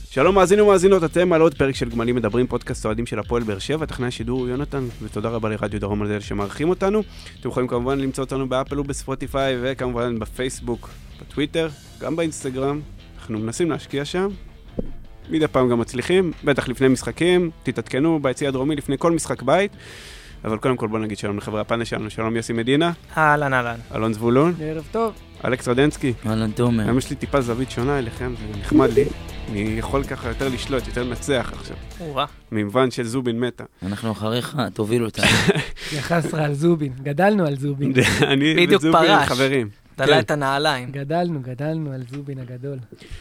שלום מאזינים ומאזינות, אתם על עוד פרק של גמלים מדברים, פודקאסט אוהדים של הפועל באר שבע, טכנאי השידור יונתן, ותודה רבה לרדיו דרום על זה שמארחים אותנו. אתם יכולים כמובן למצוא אותנו באפל ובספוטיפיי, וכמובן בפייסבוק, בטוויטר, גם באינסטגרם. אנחנו מנסים להשקיע שם, מדי פעם גם מצליחים, בטח לפני משחקים, תתעדכנו ביציע הדרומי לפני כל משחק בית. אבל קודם כל בוא נגיד שלום לחברי הפאנל שלנו, שלום יוסי מדינה. אהלן, אהלן. אלון זבולון. ערב טוב. אלכס רדנסקי. אהלן תומר. היום יש לי טיפה זווית שונה אליכם, זה נחמד לי. אני יכול ככה יותר לשלוט, יותר לנצח עכשיו. ממובן של זובין מתה. אנחנו אחריך, תוביל אותה. יחסרה על זובין, גדלנו על זובין. אני וזובין חברים. תלה את הנעליים. גדלנו על זובין הגדול.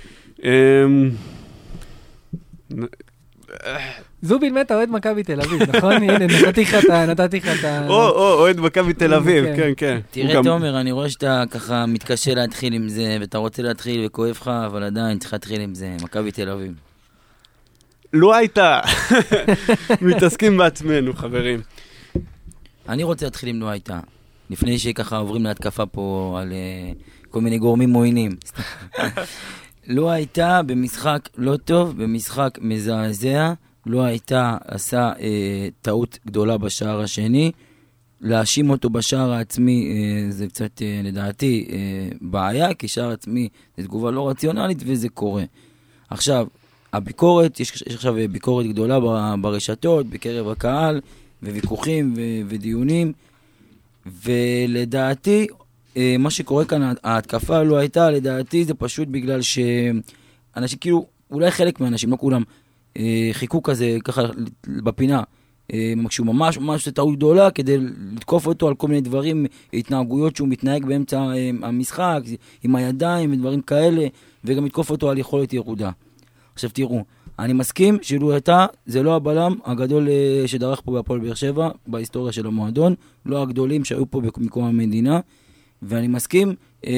זובין מתה, אוהד מכבי תל אביב, נכון? הנה, נתתי לך את ה... אוהד מכבי תל אביב, כן, כן. תראה תומר, אני רואה שאתה ככה מתקשה להתחיל עם זה, ואתה רוצה להתחיל וכואב לך, אבל עדיין צריך להתחיל עם זה, מכבי תל אביב. לא הייתה. מתעסקים בעצמנו, חברים. אני רוצה להתחיל עם לא הייתה. לפני שככה עוברים להתקפה פה על כל מיני גורמים מועינים. לא הייתה במשחק לא טוב, במשחק מזעזע, לא הייתה עשה טעות גדולה בשער השני, להאשים אותו בשער העצמי זה קצת לדעתי בעיה, כי שער עצמי זה תגובה לא רציונלית וזה קורה. עכשיו, הביקורת, יש עכשיו ביקורת גדולה ברשתות, בקרב הקהל, וויכוחים ודיונים, ולדעתי, מה שקורה כאן, ההתקפה לא הייתה, לדעתי זה פשוט בגלל שאנשים, כאילו, אולי חלק מהאנשים, לא כולם, חיכו כזה, ככה בפינה, כשהוא ממש עושה טעות גדולה, כדי לתקוף אותו על כל מיני דברים, התנהגויות שהוא מתנהג באמצע המשחק, עם הידיים ודברים כאלה, וגם לתקוף אותו על יכולת ירודה. עכשיו תראו, אני מסכים שלו הייתה, זה לא הבלם הגדול שדרך פה בהפועל באר שבע, בהיסטוריה של המועדון, לא הגדולים שהיו פה מקום המדינה, ואני מסכים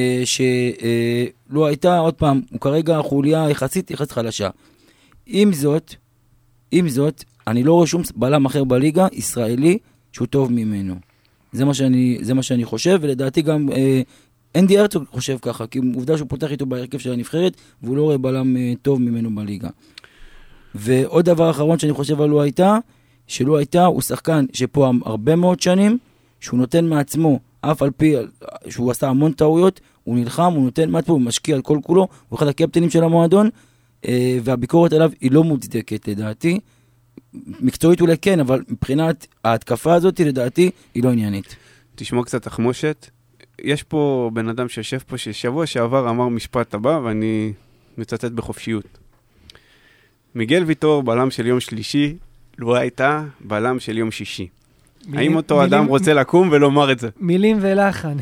שלא הייתה, עוד פעם, הוא כרגע חוליה יחסית חלשה. עם זאת, אני לא רואה שום בלם אחר בליגה, ישראלי, שהוא טוב ממנו. זה מה שאני חושב, ולדעתי גם אנדי הרצוג חושב ככה, כי עובדה שהוא פותח איתו בהרכב של הנבחרת, והוא לא רואה בלם טוב ממנו בליגה. ועוד דבר אחרון שאני חושב על לא הייתה, שלא הייתה, הוא שחקן שפה הרבה מאוד שנים, שהוא נותן מעצמו, אף על פי שהוא עשה המון טעויות, הוא נלחם, הוא נותן מעצמו, הוא משקיע על כל כולו, הוא אחד הקפטנים של המועדון, והביקורת עליו היא לא מוצדקת לדעתי, מקצועית אולי כן, אבל מבחינת ההתקפה הזאת לדעתי היא לא עניינית. תשמעו קצת תחמושת, יש פה בן אדם שיושב פה ששבוע שעבר אמר משפט הבא, ואני מצטט בחופשיות. מיגל ויטור, בלם של יום שלישי, לא הייתה בלם של יום שישי. האם אותו אדם רוצה לקום ולומר את זה? מילים ולחן.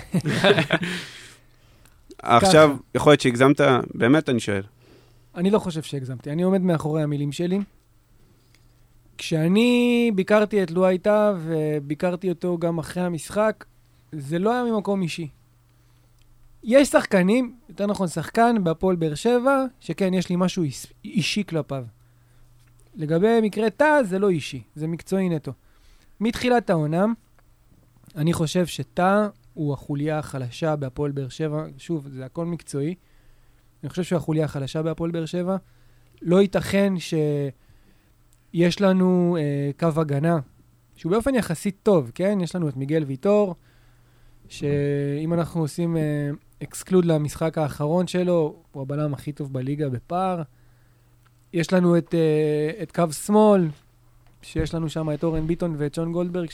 עכשיו, יכול להיות שהגזמת, באמת אני שואל. אני לא חושב שהגזמתי, אני עומד מאחורי המילים שלי. כשאני ביקרתי את לא הייתה, וביקרתי אותו גם אחרי המשחק, זה לא היה ממקום אישי. יש שחקנים, יותר נכון שחקן בהפועל באר שבע, שכן יש לי משהו אישי כלפיו. לגבי מקרה תא, זה לא אישי, זה מקצועי נטו. מתחילת העונה, אני חושב שתא הוא החוליה החלשה בהפועל באר שבע. שוב, זה הכל מקצועי. אני חושב שהוא החוליה החלשה בהפועל באר שבע. לא ייתכן שיש לנו קו הגנה, שהוא באופן יחסית טוב, כן? יש לנו את מיגל ויטור, שאם אנחנו עושים אקסקלוד למשחק האחרון שלו, הוא הבלם הכי טוב בליגה בפער. יש לנו את קו שמאל, שיש לנו שם את אורן ביטון ואת שון גולדברג,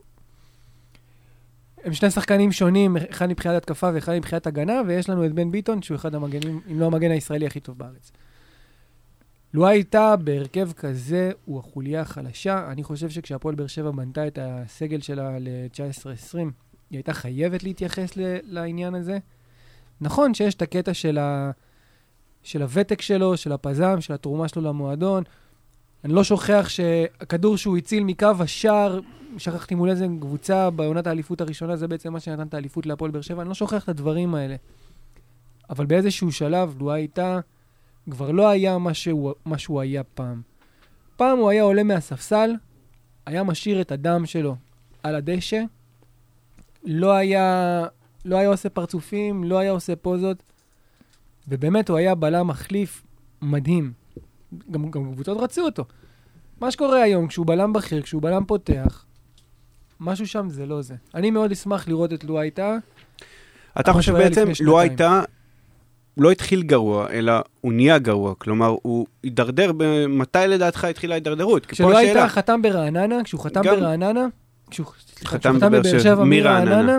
הם שני שחקנים שונים, אחד מבחינת התקפה ואחד מבחינת הגנה, ויש לנו את בן ביטון, שהוא אחד המגנים, אם לא המגן הישראלי הכי טוב בארץ. לו הייתה בהרכב כזה, הוא החוליה החלשה. אני חושב שכשהפועל באר שבע בנתה את הסגל שלה ל-19-20, היא הייתה חייבת להתייחס לעניין הזה. נכון שיש את הקטע של הוותק שלו, של הפזם, של התרומה שלו למועדון. אני לא שוכח שהכדור שהוא הציל מקו השער, שכחתי מול איזה קבוצה בעונת האליפות הראשונה, זה בעצם מה שנתן את האליפות להפועל באר שבע. אני לא שוכח את הדברים האלה. אבל באיזשהו שלב, לו הייתה, כבר לא היה מה שהוא היה פעם. פעם הוא היה עולה מהספסל, היה משאיר את הדם שלו על הדשא, לא היה עושה פרצופים, לא היה עושה פוזות, ובאמת הוא היה בלם מחליף מדהים. גם קבוצות רצו אותו. מה שקורה היום, כשהוא בלם בכיר, כשהוא בלם פותח, משהו שם זה לא זה. אני מאוד אשמח לראות את לו הייתה. אתה חושב בעצם, לו הייתה, לא התחיל גרוע, אלא הוא נהיה גרוע. כלומר, הוא הידרדר, מתי לדעתך התחילה ההידרדרות? כשלו הייתה חתם ברעננה, כשהוא חתם ברעננה, כשהוא חתם בבאר שבע מרעננה,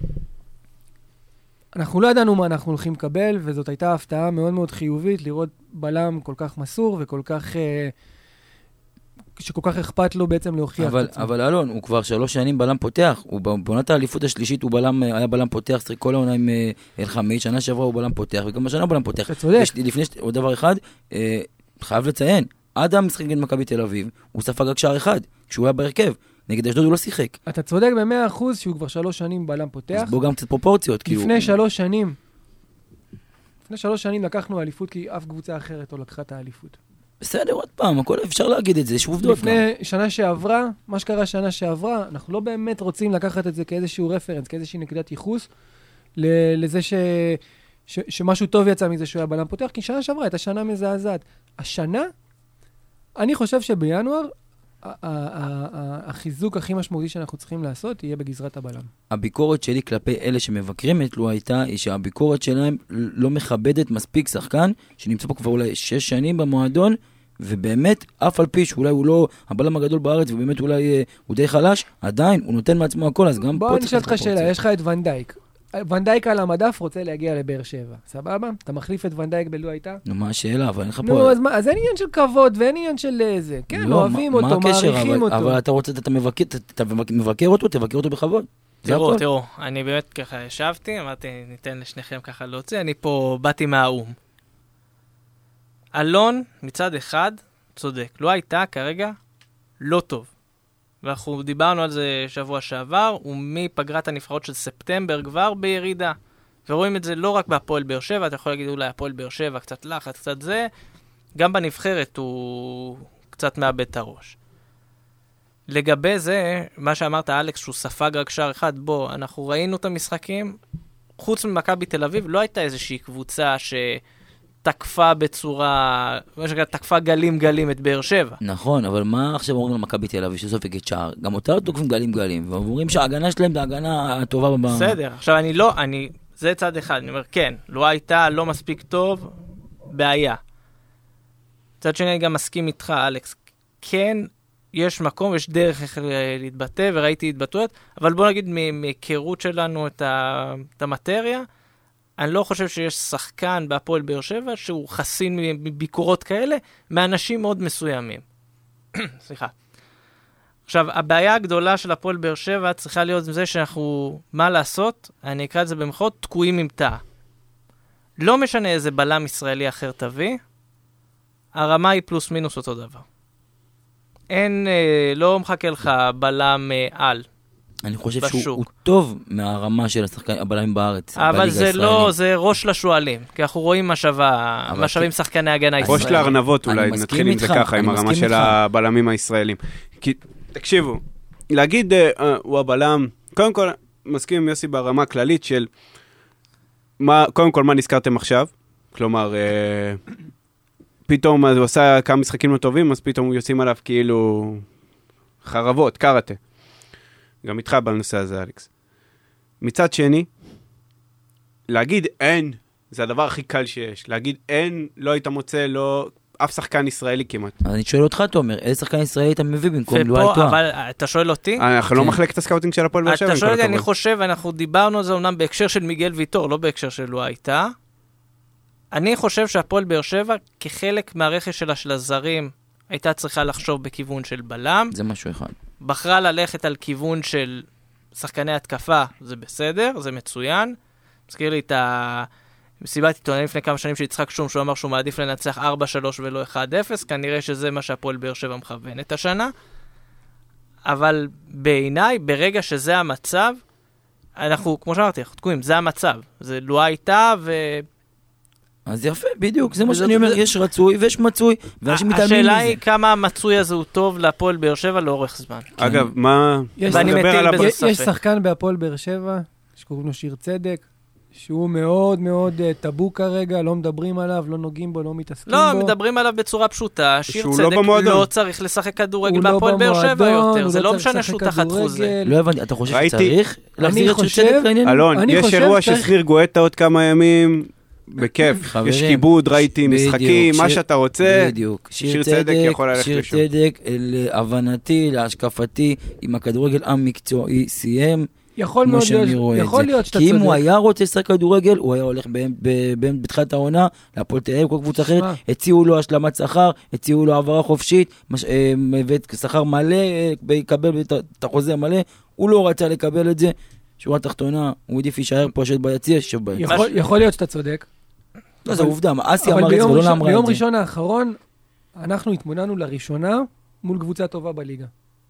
אנחנו לא ידענו מה אנחנו הולכים לקבל, וזאת הייתה הפתעה מאוד מאוד חיובית, לראות בלם כל כך מסור וכל כך... שכל כך אכפת לו בעצם להוכיח את עצמו. אבל אלון, הוא כבר 3 שנים בלם פותח, הוא בעונת האליפות השלישית הוא היה בלם פותח, סטריק כל העונה עם אל-חמיד, שנה שעברה הוא בלם פותח, וגם השנה הוא בלם פותח. אתה צודק. לפני עוד דבר אחד, חייב לציין, עד המשחק נגד מכבי תל אביב, הוא ספג רק שער אחד, כשהוא היה בהרכב. נגד אשדוד הוא לא שיחק. אתה צודק ב100% שהוא כבר 3 שנים בלם פותח. אז בוא גם קצת פרופורציות. לפני 3 שנים, לפני 3 שנים לקחנו האליפות כי אף קבוצה אחרת לא לקחה את האליפות. בסדר, עוד פעם, הכל אפשר להגיד את זה, יש עובדות גם. לפני שנה שעברה, מה שקרה שנה שעברה, אנחנו לא באמת רוצים לקחת את זה כאיזשהו רפרנס, כאיזושהי נקודת ייחוס, לזה שמשהו טוב יצא מזה שהוא היה בלם פותח, כי שנה שעברה הייתה שנה מזעזעת. השנה, אני חושב שבינואר, החיזוק הכי משמעותי שאנחנו צריכים לעשות יהיה בגזרת הבלם. הביקורת שלי כלפי אלה שמבקרים את לו הייתה, היא שהביקורת שלהם לא מכבדת מספיק שחקן, שנמצא פה כבר אולי 6 שנים במועדון, ובאמת, אף על פי שאולי הוא לא הבלם הגדול בארץ, ובאמת אולי הוא די חלש, עדיין הוא נותן מעצמו הכל, אז גם פה בוא נשאל אותך שאלה, יש לך את ונדייק. ונדייק על המדף רוצה להגיע לבאר שבע, סבבה? אתה מחליף את ונדייק בלו הייתה? נו, מה השאלה? אבל אין לך פה... נו, אז אין עניין של כבוד ואין עניין של זה. כן, אוהבים אותו, מעריכים אותו. אבל אתה רוצה, אתה מבקר אותו, תבקר אותו בכבוד. תראו, אני באמת ככה ישבתי, אמרתי, ניתן לשניכם ככה להוציא, אני פה באתי מהאום. אלון, מצד אחד, צודק. לא הייתה כרגע לא טוב. ואנחנו דיברנו על זה שבוע שעבר, ומפגרת הנבחרות של ספטמבר כבר בירידה. ורואים את זה לא רק בהפועל באר שבע, אתה יכול להגיד אולי הפועל באר שבע, קצת לחץ, קצת זה, גם בנבחרת הוא קצת מאבד את הראש. לגבי זה, מה שאמרת אלכס, שהוא ספג רק שער אחד, בוא, אנחנו ראינו את המשחקים, חוץ ממכבי תל אביב, לא הייתה איזושהי קבוצה תקפה בצורה, מה שקרה, תקפה גלים את באר שבע. נכון, אבל מה עכשיו אומרים למכבי תל אביב שסופגת שער? גם אותה תוקפים גלים, ואומרים שההגנה שלהם זה ההגנה הטובה במה. בסדר, עכשיו זה צד אחד, אני אומר, כן, לא הייתה לא מספיק טוב, בעיה. צד שני, אני גם מסכים איתך, אלכס, כן, יש מקום, יש דרך איך להתבטא, וראיתי התבטאויות, אבל בוא נגיד, מהיכרות שלנו את המטריה, אני לא חושב שיש שחקן בהפועל באר שבע שהוא חסין מביקורות כאלה, מאנשים מאוד מסוימים. סליחה. עכשיו, הבעיה הגדולה של הפועל באר שבע צריכה להיות עם זה שאנחנו, מה לעשות? אני אקרא את זה במחאות, תקועים עם תא. לא משנה איזה בלם ישראלי אחר תביא, הרמה היא פלוס מינוס אותו דבר. אין, לא מחכה לך בלם על. אני חושב שהוא טוב מהרמה של הבלמים בארץ. אבל זה לא, זה ראש לשואלים, כי אנחנו רואים מה שווים שחקני הגנה ישראלים. ראש לארנבות אולי, נתחיל עם זה ככה, עם הרמה של הבלמים הישראלים. כי, תקשיבו, להגיד, הוא הבלם, קודם כל, מסכים עם יוסי ברמה הכללית של, קודם כל, מה נזכרתם עכשיו? כלומר, פתאום הוא עושה כמה משחקים לא טובים, אז פתאום יוצאים עליו כאילו חרבות, קראטה. גם איתך בנושא הזה, אלכס. מצד שני, להגיד אין, זה הדבר הכי קל שיש. להגיד אין, לא היית מוצא, לא, אף שחקן ישראלי כמעט. אני שואל אותך, תומר, איזה שחקן ישראלי אתה מביא במקום לו הייתה? אבל אתה שואל אותי? אנחנו לא מחלקת הסקאוטינג של הפועל באר שבע. אתה שואל אותי, אני חושב, אנחנו דיברנו על זה אומנם בהקשר של מיגל ויטור, לא בהקשר של לו הייתה. אני חושב שהפועל באר שבע, כחלק מהרכש שלה של הזרים, הייתה צריכה לחשוב בכיוון של בלם. זה משהו אחד. בחרה ללכת על כיוון של שחקני התקפה, זה בסדר, זה מצוין. מזכיר לי את מסיבת עיתונאים לפני כמה שנים של יצחק שום, שהוא אמר שהוא מעדיף לנצח 4-3 ולא 1-0, כנראה שזה מה שהפועל באר שבע מכוון את השנה. אבל בעיניי, ברגע שזה המצב, אנחנו, כמו שאמרתי, אנחנו תקועים, זה המצב. זה לא הייתה אז יפה, בדיוק, זה מה שאני אומר, יש רצוי ויש מצוי, ואנשים מתעלמים מזה. השאלה היא כמה המצוי הזה הוא טוב להפועל באר שבע לאורך זמן. אגב, מה... ואני מטיל בזה ספק. יש שחקן בהפועל באר שבע, שקוראים לו שיר צדק, שהוא מאוד מאוד טאבו כרגע, לא מדברים עליו, לא נוגעים בו, לא מתעסקים בו. לא, מדברים עליו בצורה פשוטה. שיר צדק לא צריך לשחק כדורגל בהפועל באר שבע יותר. זה לא משנה שהוא תחת חוזה. לא הבנתי, אתה חושב שצריך להחזיר את שיר צדק לעניין? אלון, יש אירוע שסניר גואטה עוד כמה ימים, בכיף. יש כיבוד, ראיתי משחקים, מה שאתה רוצה. בדיוק. שיר צדק יכול ללכת לשם. שיר צדק, להבנתי, להשקפתי, עם הכדורגל המקצועי סיים. יכול להיות שאתה צודק. כי אם הוא היה רוצה לשחק כדורגל, הוא היה הולך בתחילת העונה, להפועל תל אביב, כל קבוצה אחרת, הציעו לו השלמת שכר, הציעו לו העברה חופשית, שכר מלא, יקבל את החוזה מלא, הוא לא רצה לקבל את זה, שורה תחתונה, הוא עדיף יישאר פה שאת ביציע, יכול להיות שאתה צודק. לא, זה עובדה, אסי אמר את זה, ולא אמרה את זה. ביום ראשון האחרון, אנחנו התמודדנו לראשונה מול קבוצה טובה בליגה.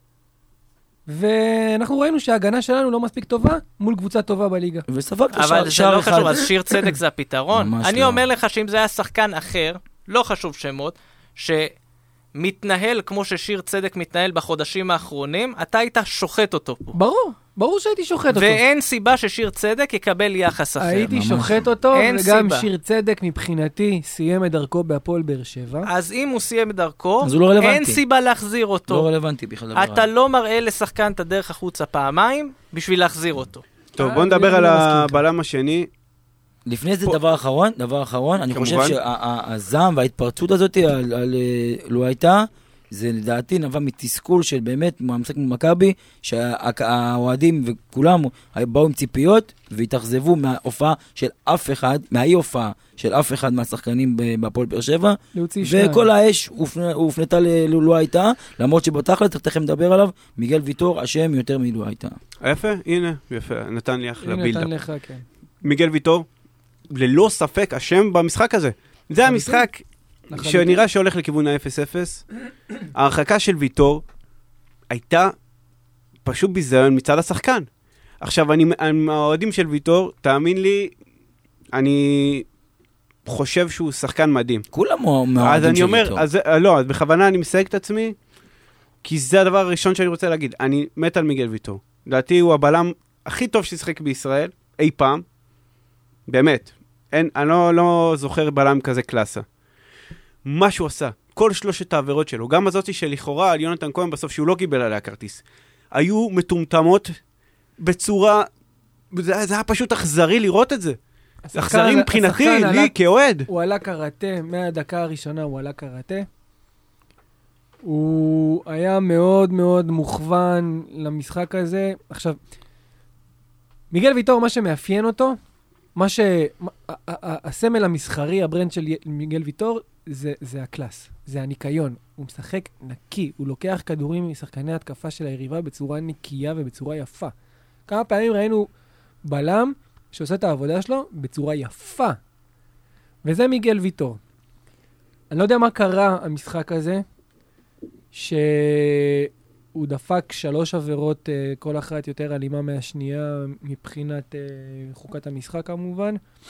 ואנחנו ראינו שההגנה שלנו לא מספיק טובה מול קבוצה טובה בליגה. וספקת שער אחד. אבל זה לא חשוב, אז שיר צדק זה הפתרון. אני אומר לך שאם זה היה שחקן אחר, לא חשוב שמות, שמתנהל כמו ששיר צדק מתנהל בחודשים האחרונים, אתה היית שוחט אותו פה. ברור שהייתי שוחט אותו. ואין סיבה ששיר צדק יקבל יחס אחר. הייתי שוחט אותו, וגם שיר צדק מבחינתי סיים את דרכו בהפועל באר שבע. אז אם הוא סיים את דרכו, לא אין סיבה להחזיר אותו. לא רלוונטי בכלל. אתה לא מראה לשחקן את הדרך החוצה פעמיים, בשביל להחזיר אותו. טוב, בוא נדבר על הבלם השני. לפני זה דבר אחרון, אני חושב שהזעם וההתפרצות הזאת לא הייתה, זה לדעתי נבע מתסכול של באמת המשחק ממכבי, שהאוהדים וכולם באו עם ציפיות והתאכזבו מההופעה של אף אחד, מהאי-הופעה של אף אחד מהשחקנים בהפועל באר שבע, וכל האש הופנתה לא הייתה, למרות שבתכל'ס תכף נדבר עליו, מיגל ויטור אשם יותר מלא הייתה. יפה, הנה, יפה, נתן לי אחלה בילדה. נתן לך, כן. מיגל ויטור, ללא ספק אשם במשחק הזה. זה המשחק שנראה שהולך לכיוון ה-0-0. ההרחקה של ויטור הייתה פשוט ביזיון מצד השחקן. עכשיו, האוהדים של ויטור, תאמין לי, אני חושב שהוא שחקן מדהים. כולם מהאוהדים של ויטור. אז לא, אז בכוונה אני מסייג את עצמי, כי זה הדבר הראשון שאני רוצה להגיד. אני מת על מיגל ויטור. לדעתי הוא הבלם הכי טוב ששחק בישראל, אי פעם. באמת. אני לא זוכר בלם כזה קלאסה. מה שהוא עשה, כל שלושת העבירות שלו, גם הזאת שלכאורה על יונתן כהן בסוף שהוא לא קיבל עליה כרטיס, היו מטומטמות בצורה, זה היה פשוט אכזרי לראות את זה. אכזרי מבחינתי, לי כאוהד. הוא עלה קראטה, מהדקה הראשונה הוא עלה קראטה. הוא היה מאוד מאוד מוכוון למשחק הזה. עכשיו, מיגל ויטור, מה שמאפיין אותו, הסמל המסחרי, הברנד של מיגל ויטור, זה הקלאס, זה הניקיון. הוא משחק נקי, הוא לוקח כדורים משחקני התקפה של היריבה בצורה נקייה ובצורה יפה. כמה פעמים ראינו בלם שעושה את העבודה שלו בצורה יפה. וזה מיגל ויטור. אני לא יודע מה קרה המשחק הזה, שהוא דפק 3 עבירות, כל אחת יותר אלימה מהשנייה מבחינת חוקת המשחק כמובן.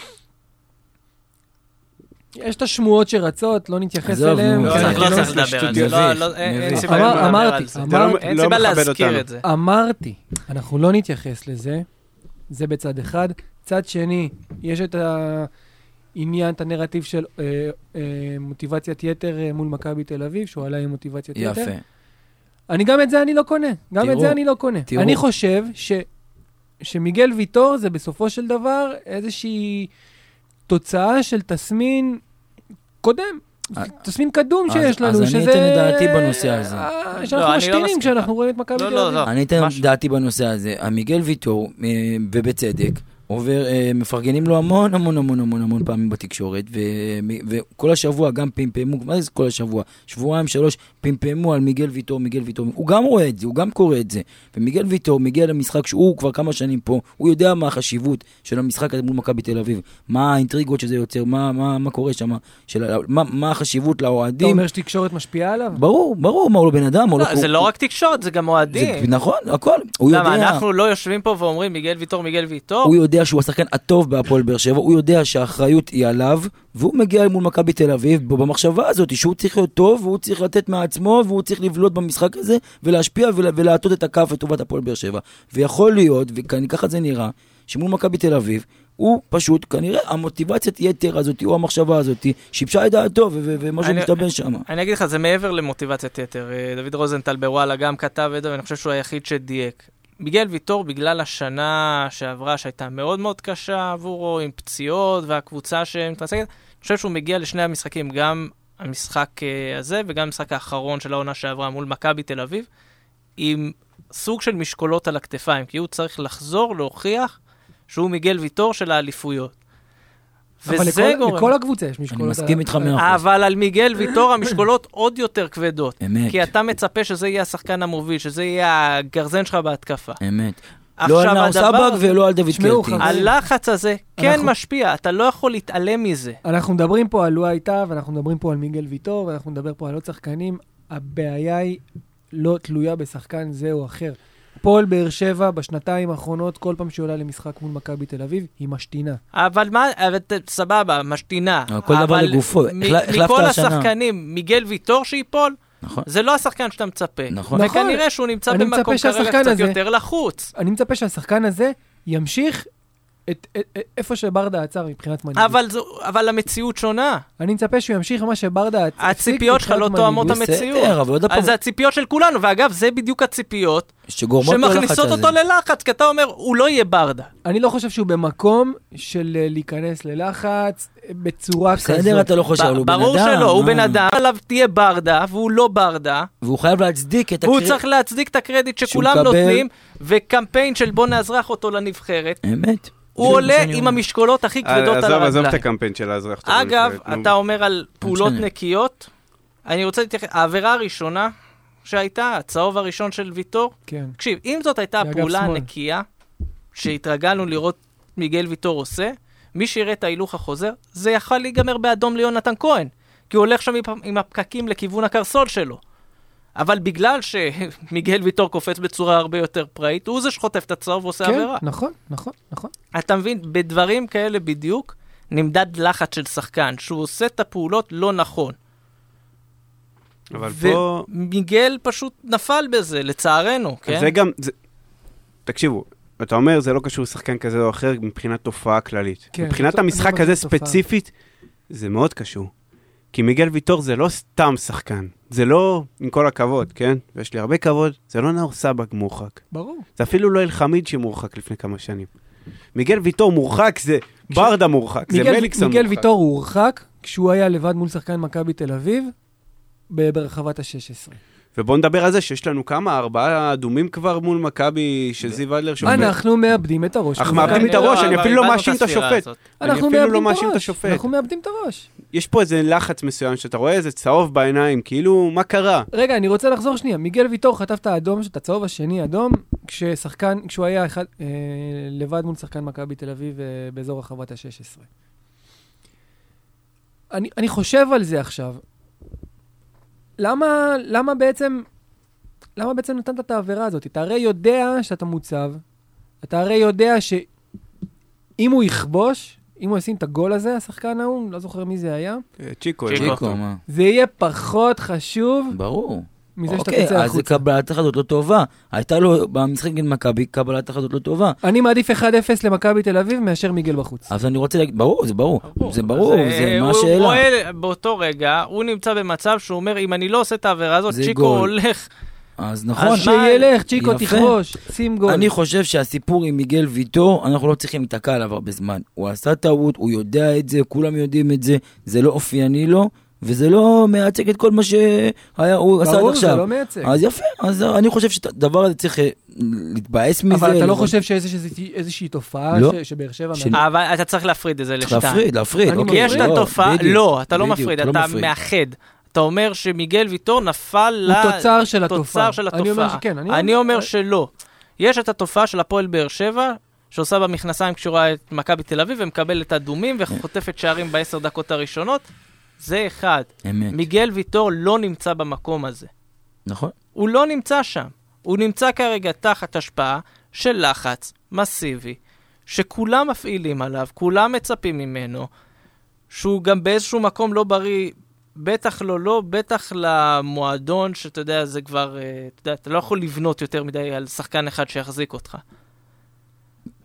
יש את השמועות שרצות, לא נתייחס אליהם. לא צריך לדבר על זה. אין סיבה להזכיר את זה. אמרתי, אנחנו לא נתייחס לזה. זה בצד אחד. צד שני, יש את העניין, את הנרטיב של מוטיבציית יתר מול מכבי תל אביב, שהוא עלה עם מוטיבציית יתר. יפה. גם את זה אני לא קונה. אני חושב שמיגל ויטור זה בסופו של דבר איזושהי תוצאה של תסמין קודם, תסמין קדום שיש לנו, אז אני אתן את דעתי בנושא הזה. שאנחנו משתינים כשאנחנו רואים את מכבי תל אביב. אני אתן את דעתי בנושא הזה. מיגל ויטור, ובצדק, מפרגנים לו המון פעמים בתקשורת, וכל השבוע גם פמפמו, מה זה כל השבוע? 2-3 פמפמו על מיגל ויטור. הוא גם רואה את זה, הוא גם קורא את זה. ומיגל ויטור מגיע למשחק שהוא כבר כמה שנים פה, הוא יודע מה החשיבות של המשחק הזה מול מכבי תל אביב, מה האינטריגות שזה יוצר, מה קורה שם, מה החשיבות לאוהדים. אתה אומר שתקשורת משפיעה עליו? ברור, מה הוא לא בן אדם. זה לא רק תקשורת, זה גם אוהדים. נכון, הכל. למה, אנחנו לא יושבים פה ואומרים מיגל ויטור. הוא יודע שהוא השחקן הטוב בהפועל באר שבע, הוא יודע שהאחריות היא עליו, והוא מגיע מול מכבי תל אביב במחשבה הזאת, שהוא צריך להיות טוב, והוא צריך לתת מעצמו, והוא צריך לבלוט במשחק הזה, ולהשפיע ולהטות את הכף לטובת הפועל באר שבע. ויכול להיות, וככה זה נראה, שמול מכבי תל אביב, הוא פשוט, כנראה, המוטיבציית יתר הזאת, או המחשבה הזאת, שיבשה את דעתו, ומשהו משתבש שם. אני אגיד לך, זה מעבר למוטיבציית יתר. דוד רוזנטל בוואלה גם כתב את זה, ואני חושב שהוא היחיד שדייק. מיגל ויטור, בגלל השנה שעברה, שהייתה מאוד מאוד קשה עבורו, עם פציעות, והקבוצה שמתעסקת, אני חושב שהוא מגיע לשני המשחקים, גם המשחק הזה, וגם המשחק האחרון של העונה שעברה מול מכבי תל אביב, עם סוג של משקולות על הכתפיים, כי הוא צריך לחזור, להוכיח שהוא מיגל ויטור של האליפויות. אבל לכל הקבוצה יש משקולות. אני מסכים איתך 100%. אבל על מיגל ויטור המשקולות עוד יותר כבדות. אמת. כי אתה מצפה שזה יהיה השחקן המוביל, שזה יהיה הגרזן שלך בהתקפה. אמת. לא על נאור סבג ולא על דוד קלטי. הלחץ הזה כן משפיע, אתה לא יכול להתעלם מזה. אנחנו מדברים פה על לואי הייתה, ואנחנו מדברים פה על מיגל ויטור, ואנחנו מדבר פה על עוד שחקנים. הבעיה היא לא תלויה בשחקן זה או אחר. פועל באר שבע בשנתיים האחרונות, כל פעם שעולה למשחק מול מכבי תל אביב, היא משתינה. אבל מה, סבבה, משתינה. כל דבר לגופו, מכל השחקנים, מיגל ויטור שיפול, זה לא השחקן שאתה מצפה. וכנראה שהוא נמצא במקום כרגע קצת יותר לחוץ. אני מצפה שהשחקן הזה ימשיך איפה שברדה עצר מבחינת מנהיגות. אבל המציאות שונה. אני מצפה שהוא ימשיך מה שברדה הפסיק. הציפיות שלך לא תואמות המציאות. אז זה הציפיות של כולנו, ואגב, זה בדיוק הציפיות שמכניסות אותו ללחץ, כי אתה אומר, הוא לא יהיה ברדה. אני לא חושב שהוא במקום של להיכנס ללחץ בצורה כזאת. בסדר, אתה לא חושב, הוא בן אדם. ברור שלא, הוא בן אדם, עליו תהיה ברדה, והוא לא ברדה. והוא חייב להצדיק את הקרדיט. והוא צריך להצדיק את הקרדיט שכולם נותנים, וקמפיין של בוא נאזרח אותו לנבחרת. אמת. הוא עולה עם המשקולות הכי כבדות על הרגליים. עזוב את הקמפיין של האזרח. אגב, אתה אומר על פעולות נקיות, אני רוצה להתייחס, העבירה הראשונה שהייתה, הצהוב הראשון של ויטור, תקשיב, אם זאת הייתה הפעולה הנקייה, שהתרגלנו לראות מיגל ויטור עושה, מי שיראה את ההילוך החוזר, זה יכול להיגמר באדום ליונתן כהן, כי הוא הולך שם עם הפקקים לכיוון הקרסול שלו. אבל בגלל שמיגל ויטור קופץ בצורה הרבה יותר פראית, הוא זה שחוטף את הצהוב ועושה עבירה. נכון, נכון, נכון. אתה מבין, בדברים כאלה בדיוק, נמדד לחץ של שחקן, שהוא עושה את הפעולות לא נכון. אבל פה... ומיגל פשוט נפל בזה, לצערנו, כן? זה גם... תקשיבו, אתה אומר, זה לא קשור לשחקן כזה או אחר, מבחינת תופעה כללית. מבחינת המשחק הזה ספציפית, זה מאוד קשור. כי מיגל ויטור זה לא סתם שחקן. זה לא, עם כל הכבוד, כן? ויש לי הרבה כבוד, זה לא נאור סבג מורחק. ברור. זה אפילו לא אלחמיד שמורחק לפני כמה שנים. מיגל ויטור מורחק, זה ברדה מורחק, זה מליקסון מורחק. מיגל ויטור הורחק כשהוא היה לבד מול שחקן מכבי תל אביב, ברחבת ה-16. ובואו נדבר על זה שיש לנו כמה, 4 אדומים כבר מול מכבי של זיו אדלר. אנחנו מאבדים את הראש. אנחנו מאבדים את הראש, אני אפילו לא מאשים את השופט. אנחנו מאבדים את הראש. יש פה איזה לחץ מסוים שאתה רואה איזה צהוב בעיניים, כאילו, מה קרה? רגע, אני רוצה לחזור שנייה. מיגל ויטור חטף את האדום, את הצהוב השני אדום, כשהוא היה לבד מול שחקן מכבי תל אביב באזור רחבת ה-16. אני חושב על זה עכשיו. למה בעצם נתנת את העבירה הזאת? אתה הרי יודע שאתה מוצב, אתה הרי יודע שאם הוא יכבוש, אם הוא ישים את הגול הזה, השחקן ההוא, לא זוכר מי זה היה. צ'יקו, מה? זה יהיה פחות חשוב. ברור. מזה שאתה תצא החוצה. אז קבלת החלטות לא טובה. הייתה לו במשחק נגד מכבי קבלת החלטות לא טובה. אני מעדיף 1-0 למכבי תל אביב מאשר מיגל בחוץ. אז אני רוצה להגיד, ברור, זה ברור. זה ברור, זה מה השאלה. הוא רואה באותו רגע, הוא נמצא במצב שהוא אומר, אם אני לא עושה את העבירה הזאת, צ'יקו הולך. אז נכון. אז שילך, צ'יקו תכבוש, שים גול. אני חושב שהסיפור עם מיגל ויטור, אנחנו לא צריכים להתעכב עליו הרבה זמן. הוא עשה טעות, הוא יודע את זה, כולם יודעים את זה, זה לא אופייני לו. וזה לא מייצג את כל מה שהוא עשה עד עכשיו. ברור, זה לא מייצג. אז יפה, אז אני חושב שהדבר הזה צריך להתבאס מזה. אבל אתה לא חושב שיש איזושהי תופעה שבאר שבע... אבל אתה צריך להפריד את זה לשתיים. להפריד. כי יש את התופעה, לא, אתה לא מפריד, אתה מאחד. אתה אומר שמיגל ויטור נפל הוא תוצר של התופעה. אני אומר שכן. אני אומר שלא. יש את התופעה של הפועל באר שבע, שעושה במכנסיים כשרואה את מכבי תל אביב, ומקבלת אדומים וחוטפת שערים ב10 דקות הראשונות. זה אחד. אמת. מיגל ויטור לא נמצא במקום הזה. נכון. הוא לא נמצא שם. הוא נמצא כרגע תחת השפעה של לחץ מסיבי, שכולם מפעילים עליו, כולם מצפים ממנו, שהוא גם באיזשהו מקום לא בריא, בטח למועדון, שאתה יודע, זה כבר, אתה לא יכול לבנות יותר מדי על שחקן אחד שיחזיק אותך.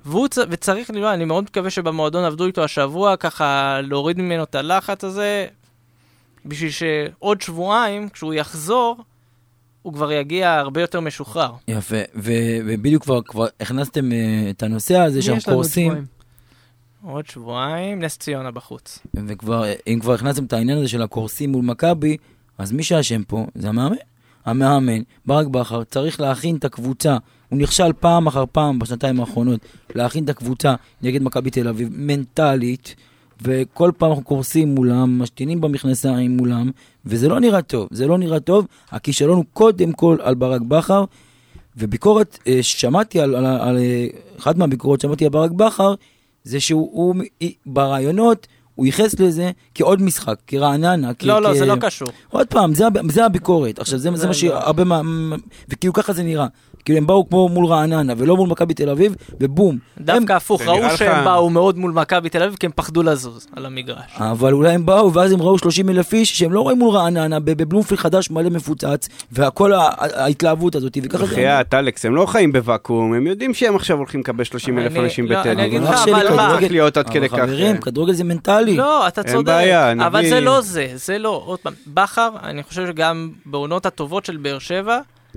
וצריך לראות, אני מאוד מקווה שבמועדון עבדו איתו השבוע, ככה להוריד ממנו את הלחץ הזה, בשביל שעוד שבועיים, כשהוא יחזור, הוא כבר יגיע הרבה יותר משוחרר. יפה, ובדיוק כבר הכנסתם את הנושא הזה שהם קורסים. עוד שבועיים, נס ציונה בחוץ. אם כבר הכנסתם את העניין הזה של הקורסים מול מכבי, אז מי שהשם פה זה המאמן. המאמן, ברק בכר, צריך להכין את הקבוצה. הוא נכשל פעם אחר פעם בשנתיים האחרונות, להכין את הקבוצה נגד מכבי תל אביב, מנטלית, וכל פעם אנחנו קורסים מולם, משתינים במכנסיים מולם, וזה לא נראה טוב. זה לא נראה טוב. הכישלון הוא קודם כל על ברק בכר, וביקורת, שמעתי על אחד מהביקורות, שמעתי על ברק בכר, זה שהוא ברעיונות, הוא ייחס לזה כעוד משחק, כרעננה. לא, זה לא קשור. עוד פעם, זה הביקורת. עכשיו, זה מה שהרבה וכאילו ככה זה נראה. כאילו הם באו כמו מול רעננה, ולא מול מכבי תל אביב, ובום. דווקא הפוך, ראו שהם באו מאוד מול מכבי תל אביב, כי הם פחדו לזוז על המגרש. אבל אולי הם באו, ואז הם ראו 30,000 איש, שהם לא רואים מול רעננה, בבלומפילד חדש מלא מפוצץ, והכל ההתלהבות הזאת, וככה זה... בחיית, אלכס, הם לא חיים בוואקום, הם יודעים שהם עכשיו הולכים לקבל 30,000 אנשים בטדי. אני אגיד לך, אבל מה? אבל חברים, כדורגל זה מנטלי. לא, אתה צודק, אבל זה לא זה, זה לא. עוד פעם, בכר, אני חושב שגם בעונות הטובות של באר שבע,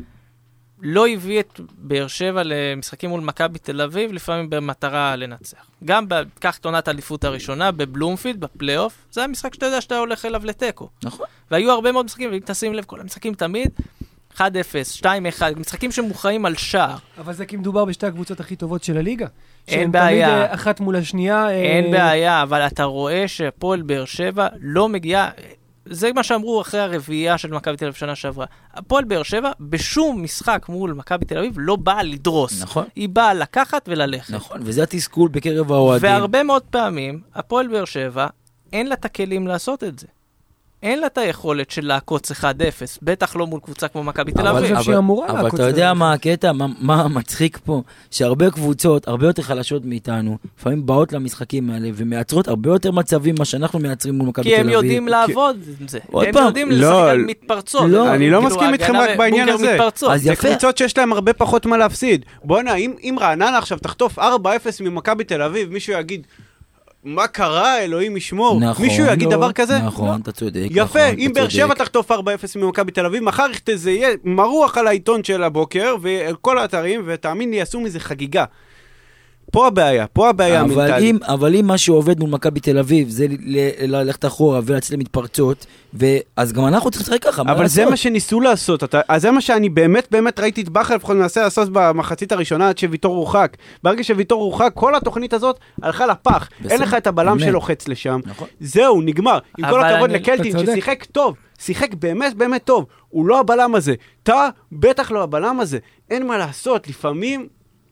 לא הביא את באר שבע למשחקים מול מכבי תל אביב, לפעמים במטרה לנצח. גם כך עונת האליפות הראשונה, בבלומפילד, בפלייאוף, זה המשחק שאתה יודע שאתה הולך אליו לטקו. נכון. והיו הרבה מאוד משחקים, ואם תשים לב, כל המשחקים תמיד, 1-0, 2-1, משחקים שמוכרעים על שער. אבל זה כי מדובר בשתי הקבוצות הכי טובות של הליגה. אין בעיה. שהן תמיד אחת מול השנייה. אין בעיה, אבל אתה רואה שהפועל באר שבע לא מגיעה... זה מה שאמרו אחרי הרביעייה של מכבי תל אביב שנה שעברה. הפועל באר שבע בשום משחק מול מכבי תל אביב לא באה לדרוס. נכון. היא באה לקחת וללכת. נכון, וזה התסכול בקרב האוהדים. והרבה מאוד פעמים, הפועל באר שבע, אין לה את הכלים לעשות את זה. אין לה את היכולת של לעקוץ 1-0, בטח לא מול קבוצה כמו מכבי תל אביב. אבל אתה יודע מה הקטע, מה מצחיק פה? שהרבה קבוצות, הרבה יותר חלשות מאיתנו, לפעמים באות למשחקים האלה, ומייצרות הרבה יותר מצבים מה שאנחנו מייצרים מול מכבי תל אביב. כי הם יודעים לעבוד עם זה. הם יודעים לשחק על מתפרצות. אני לא מסכים איתכם רק בעניין הזה. זה קבוצות שיש להם הרבה פחות מה להפסיד. בוא'נה, אם רעננה עכשיו תחטוף 4-0 ממכבי תל אביב, מישהו יגיד, מה קרה, אלוהים ישמור? נכון, מישהו יגיד דבר כזה? נכון, אתה צודק. יפה, אם באר שבע תחטוף 4-0 ממכבי תל אביב, מחר זה יהיה מרוח על העיתון של הבוקר, וכל האתרים, ותאמין לי, יעשו מזה חגיגה. פה הבעיה המנטלית. אבל אם מה שעובד מול מכבי תל אביב, זה ללכת אחורה ולצאת למתפרצות, אז גם אנחנו צריכים לשחק ככה. אבל זה מה שניסו לעשות, אז זה מה שאני באמת ראיתי את בכר, לפחות מנסה לעשות במחצית הראשונה, עד שוויתור רוחק. ברגע שוויתור רוחק, כל התוכנית הזאת הלכה לפח. אין לך את הבלם שלוחץ לשם. זהו, נגמר. עם כל הכבוד לקלטין, ששיחק טוב, שיחק באמת טוב. הוא לא הבלם הזה. אתה בטח לא הבלם הזה. אין מה לעשות, לפעמים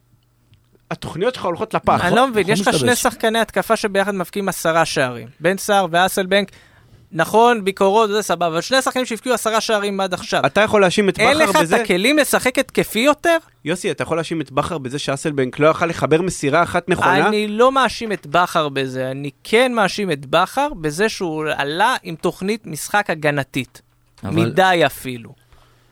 התוכניות שלך הולכות לפח. אני לא מבין, יש לך שני שחקני התקפה שביחד מפקיעים 10 שערים. בן סער ואסלבנק, נכון, ביקורות, זה סבבה, אבל שני שחקנים שהפקיעו 10 שערים עד עכשיו. אתה יכול להאשים את בכר בזה? אין לך את הכלים לשחק התקפי יותר? יוסי, אתה יכול להאשים את בכר בזה שאסלבנק לא יכל לחבר מסירה אחת נכונה? אני לא מאשים את בכר בזה, אני כן מאשים את בכר בזה שהוא עלה עם תוכנית משחק הגנתית. מדי אפילו.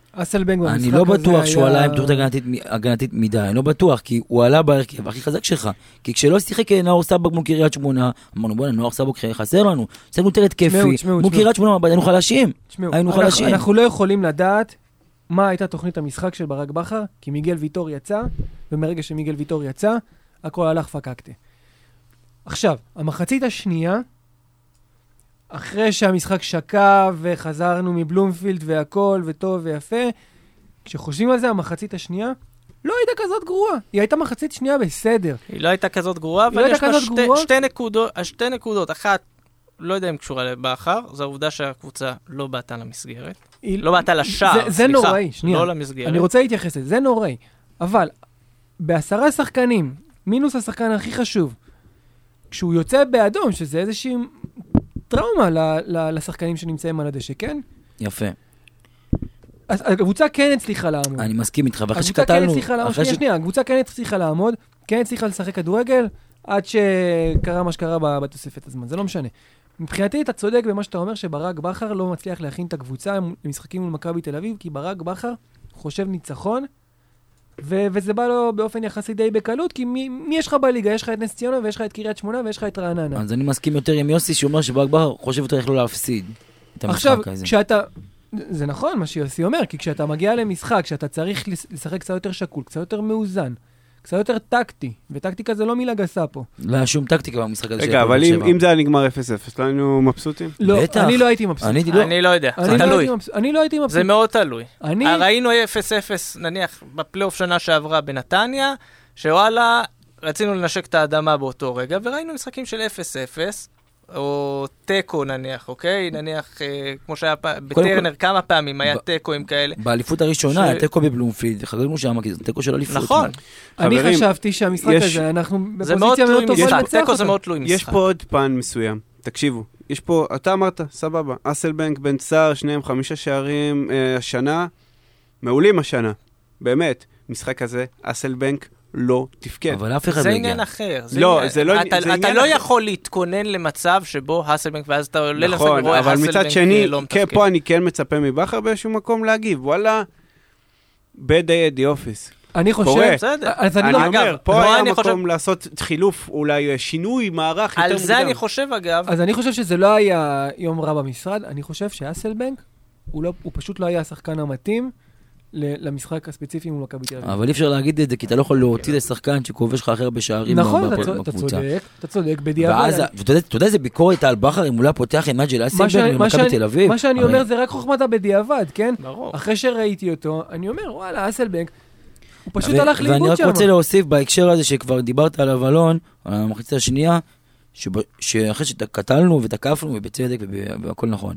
אני לא בטוח שהוא עלה עם תוכנית הגנתית מדי, אני לא בטוח, כי הוא עלה בהרכב הכי חזק שלך, כי כשלא שיחק נאור סבק מול קריית שמונה, אמרנו בוא'נה, נאור סבק חסר לנו, עשינו יותר התקפי, מול קריית שמונה, היינו חלשים. אנחנו לא יכולים לדעת מה הייתה תוכנית המשחק של ברק בכר, כי מיגל ויטור יצא, ומרגע שמיגל ויטור יצא, הכל הלך פקקטה. עכשיו, המחצית השנייה, אחרי שהמשחק שקע וחזרנו מבלומפילד והכל וטוב ויפה, כשחושבים על זה, המחצית השנייה לא הייתה כזאת גרועה. היא הייתה מחצית שנייה בסדר. היא לא הייתה כזאת גרועה, אבל יש לה שתי נקודות. אחת, לא יודע אם קשורה לבכר, זו העובדה שהקבוצה לא באתה למסגרת. לא באתה לשער, זה נוראי, שנייה. לא למסגרת. אני רוצה להתייחס לזה, זה נוראי. אבל ב10 שחקנים, מינוס השחקן הכי חשוב, כשהוא יוצא באדום, שזה איזושהי טראומה לשחקנים שנמצאים על הדשא, כן? יפה. אז הקבוצה כן הצליחה לעמוד. אני מסכים איתך, ואחרי שקטלנו... שנייה, הקבוצה כן הצליחה לעמוד, כן הצליחה לשחק כדורגל, עד שקרה מה שקרה בתוספת הזמן, זה לא משנה. מבחינתי אתה צודק במה שאתה אומר שברק בכר לא מצליח להכין את הקבוצה למשחקים מול מכבי תל אביב, כי ברק בכר חושב ניצחון וזה בא לו באופן יחסי די בקלות, כי מי יש לך בליגה? יש לך את נס ציונה, ויש לך את קריית שמונה, ויש לך את רעננה. אז אני מסכים יותר עם יוסי, שאומר שברק בכר חושב יותר איך לא להפסיד את המשחק הזה. כשאתה... זה נכון מה שיוסי אומר, כי כשאתה מגיע למשחק, כשאתה צריך לשחק קצת יותר שקול, קצת יותר מאוזן, קצת יותר טקטי, וטקטיקה זה לא מילה גסה פה. לא היה שום טקטיקה במשחק הזה. רגע, אבל אם זה היה נגמר 0-0, לא היינו מבסוטים? לא, אני לא הייתי מבסוט. אני לא יודע, זה תלוי. אני לא הייתי מבסוט. זה מאוד תלוי. ראינו 0-0, נניח, בפלייאוף שנה שעברה בנתניה, שוואלה, רצינו לנשק את האדמה באותו רגע, וראינו משחקים של 0-0, או טקו נניח, אוקיי? נניח, כמו שהיה בטרנר כמה פעמים, היה טקואים כאלה. באליפות הראשונה, היה טקו בבלומפילד, חגגנו שם, כי זה טקו של אליפות. נכון. אני חשבתי שהמשחק הזה, אנחנו בפוזיציה מאוד טובה לנצח טקו זה מאוד תלוי משחק. יש פה עוד פן מסוים, תקשיבו. יש פה, אתה אמרת, סבבה, אסלבנק, בן צער, שניהם 5 שערים השנה, מעולים השנה, באמת. משחק הזה, אסלבנק לא תפקד. אבל אף אחד לא זה הגיע. עניין אחר. לא, זה לא... אתה לא יכול להתכונן למצב שבו אסלבנק, ואז אתה עולה למשחק ורואה נכון, אבל מצד שני, פה אני כן מצפה מבכר באיזשהו מקום להגיב. וואלה, bad day at the office. אני חושב... אני אומר, פה היה מקום לעשות חילוף, אולי שינוי, מערך יותר מוקדם. על זה אני חושב, אגב... אז אני חושב שזה לא היה יום רע במשרד. אני חושב שאסלבנק, הוא פשוט לא היה השחקן המתאים, למשחק הספציפי מול מכבי תל אביב. אבל אי אפשר להגיד את זה, כי אתה לא יכול להוציא לשחקן שכובש לך אחר בשערים בקבוצה. נכון, אתה צודק, בדיעבד. ואתה יודע איזה ביקורת על בכר אם הוא לא פותח עם נג'ל אסלבנק במכבי תל אביב? מה שאני אומר זה רק חוכמת הבדיעבד, כן? ברור. אחרי שראיתי אותו, אני אומר, וואלה, אסלבנק, הוא פשוט הלך לאיבוד שם. ואני רק רוצה להוסיף בהקשר הזה שכבר דיברת עליו אלון, על המחצית השנייה, שאחרי שקטלנו ותקפנו ובצדק והכל נכון.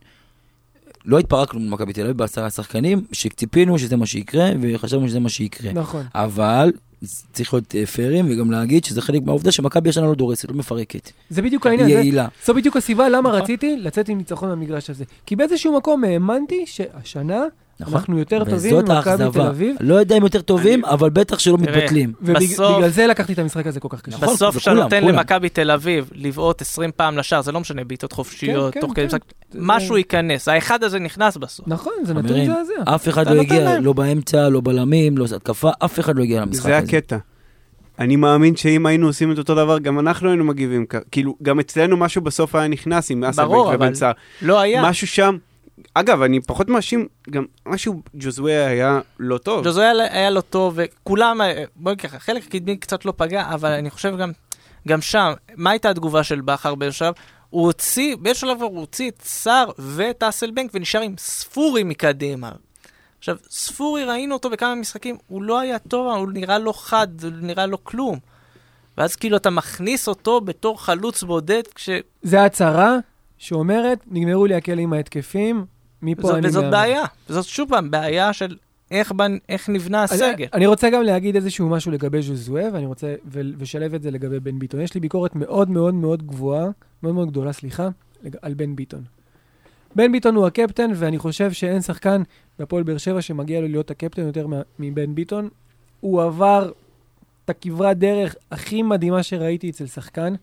לא התפרקנו במכבי תל אביב בעשרה שחקנים, שציפינו שזה מה שיקרה, וחשבנו שזה מה שיקרה. נכון. אבל צריך להיות פיירים, וגם להגיד שזה חלק מהעובדה שמכבי ישנה לא דורסת, לא מפרקת. זה בדיוק העניין. היא יעילה. זו בדיוק הסיבה למה רציתי לצאת עם ניצחון במגרש הזה. כי באיזשהו מקום האמנתי שהשנה אנחנו יותר טובים ממכבי תל אביב. לא יודע אם יותר טובים, אבל בטח שלא מתבטלים. ובגלל זה לקחתי את המשחק הזה כל כך קשה. בסוף שאתה נותן למכבי תל אביב לבעוט 20 פעם לשער, זה לא משנה, בעיטות חופשיות, תוך כדי משחק, משהו ייכנס. האחד הזה נכנס בסוף. נכון, זה נתון מזעזע. אף אחד לא הגיע, לא באמצע, לא בלמים, לא התקפה, אף אחד לא הגיע למשחק הזה. זה הקטע. אני מאמין שאם היינו עושים את אותו דבר, גם אנחנו היינו מגיבים. כאילו, גם אצלנו משהו בסוף היה נכנס עם אסלבנק ובן צער. לא היה. משהו שם. אגב, אני פחות מאשים, גם משהו ג'וזווה היה לא טוב. ג'וזווה היה לא טוב, וכולם, בואי ככה, חלק הקדמי קצת לא פגע, אבל אני חושב גם שם, מה הייתה התגובה של בכר בשלב? באיזשהו שלב הוא הוציא את סער ואת אסלבנק, ונשאר עם ספורי מקדימה. עכשיו, ספורי ראינו אותו בכמה משחקים, הוא לא היה טוב, הוא נראה לא חד, הוא נראה לא כלום. ואז כאילו אתה מכניס אותו בתור חלוץ בודד, זה הצהרה שאומרת, נגמרו לי הכלים ההתקפים, מפה אני... וזאת בעיה. וזאת שוב פעם, בעיה של איך נבנה הסגל. אני רוצה גם להגיד איזשהו משהו לגבי ז'וזואה, ואני רוצה לשלב את זה לגבי בן ביטון. יש לי ביקורת מאוד מאוד מאוד גבוהה, מאוד מאוד גדולה, סליחה, על בן ביטון. בן ביטון הוא הקפטן, ואני חושב שאין שחקן בהפועל באר שבע שמגיע לו להיות הקפטן יותר מבן ביטון. הוא עבר את הכברת דרך הכי מדהימה שראיתי אצל שחקן,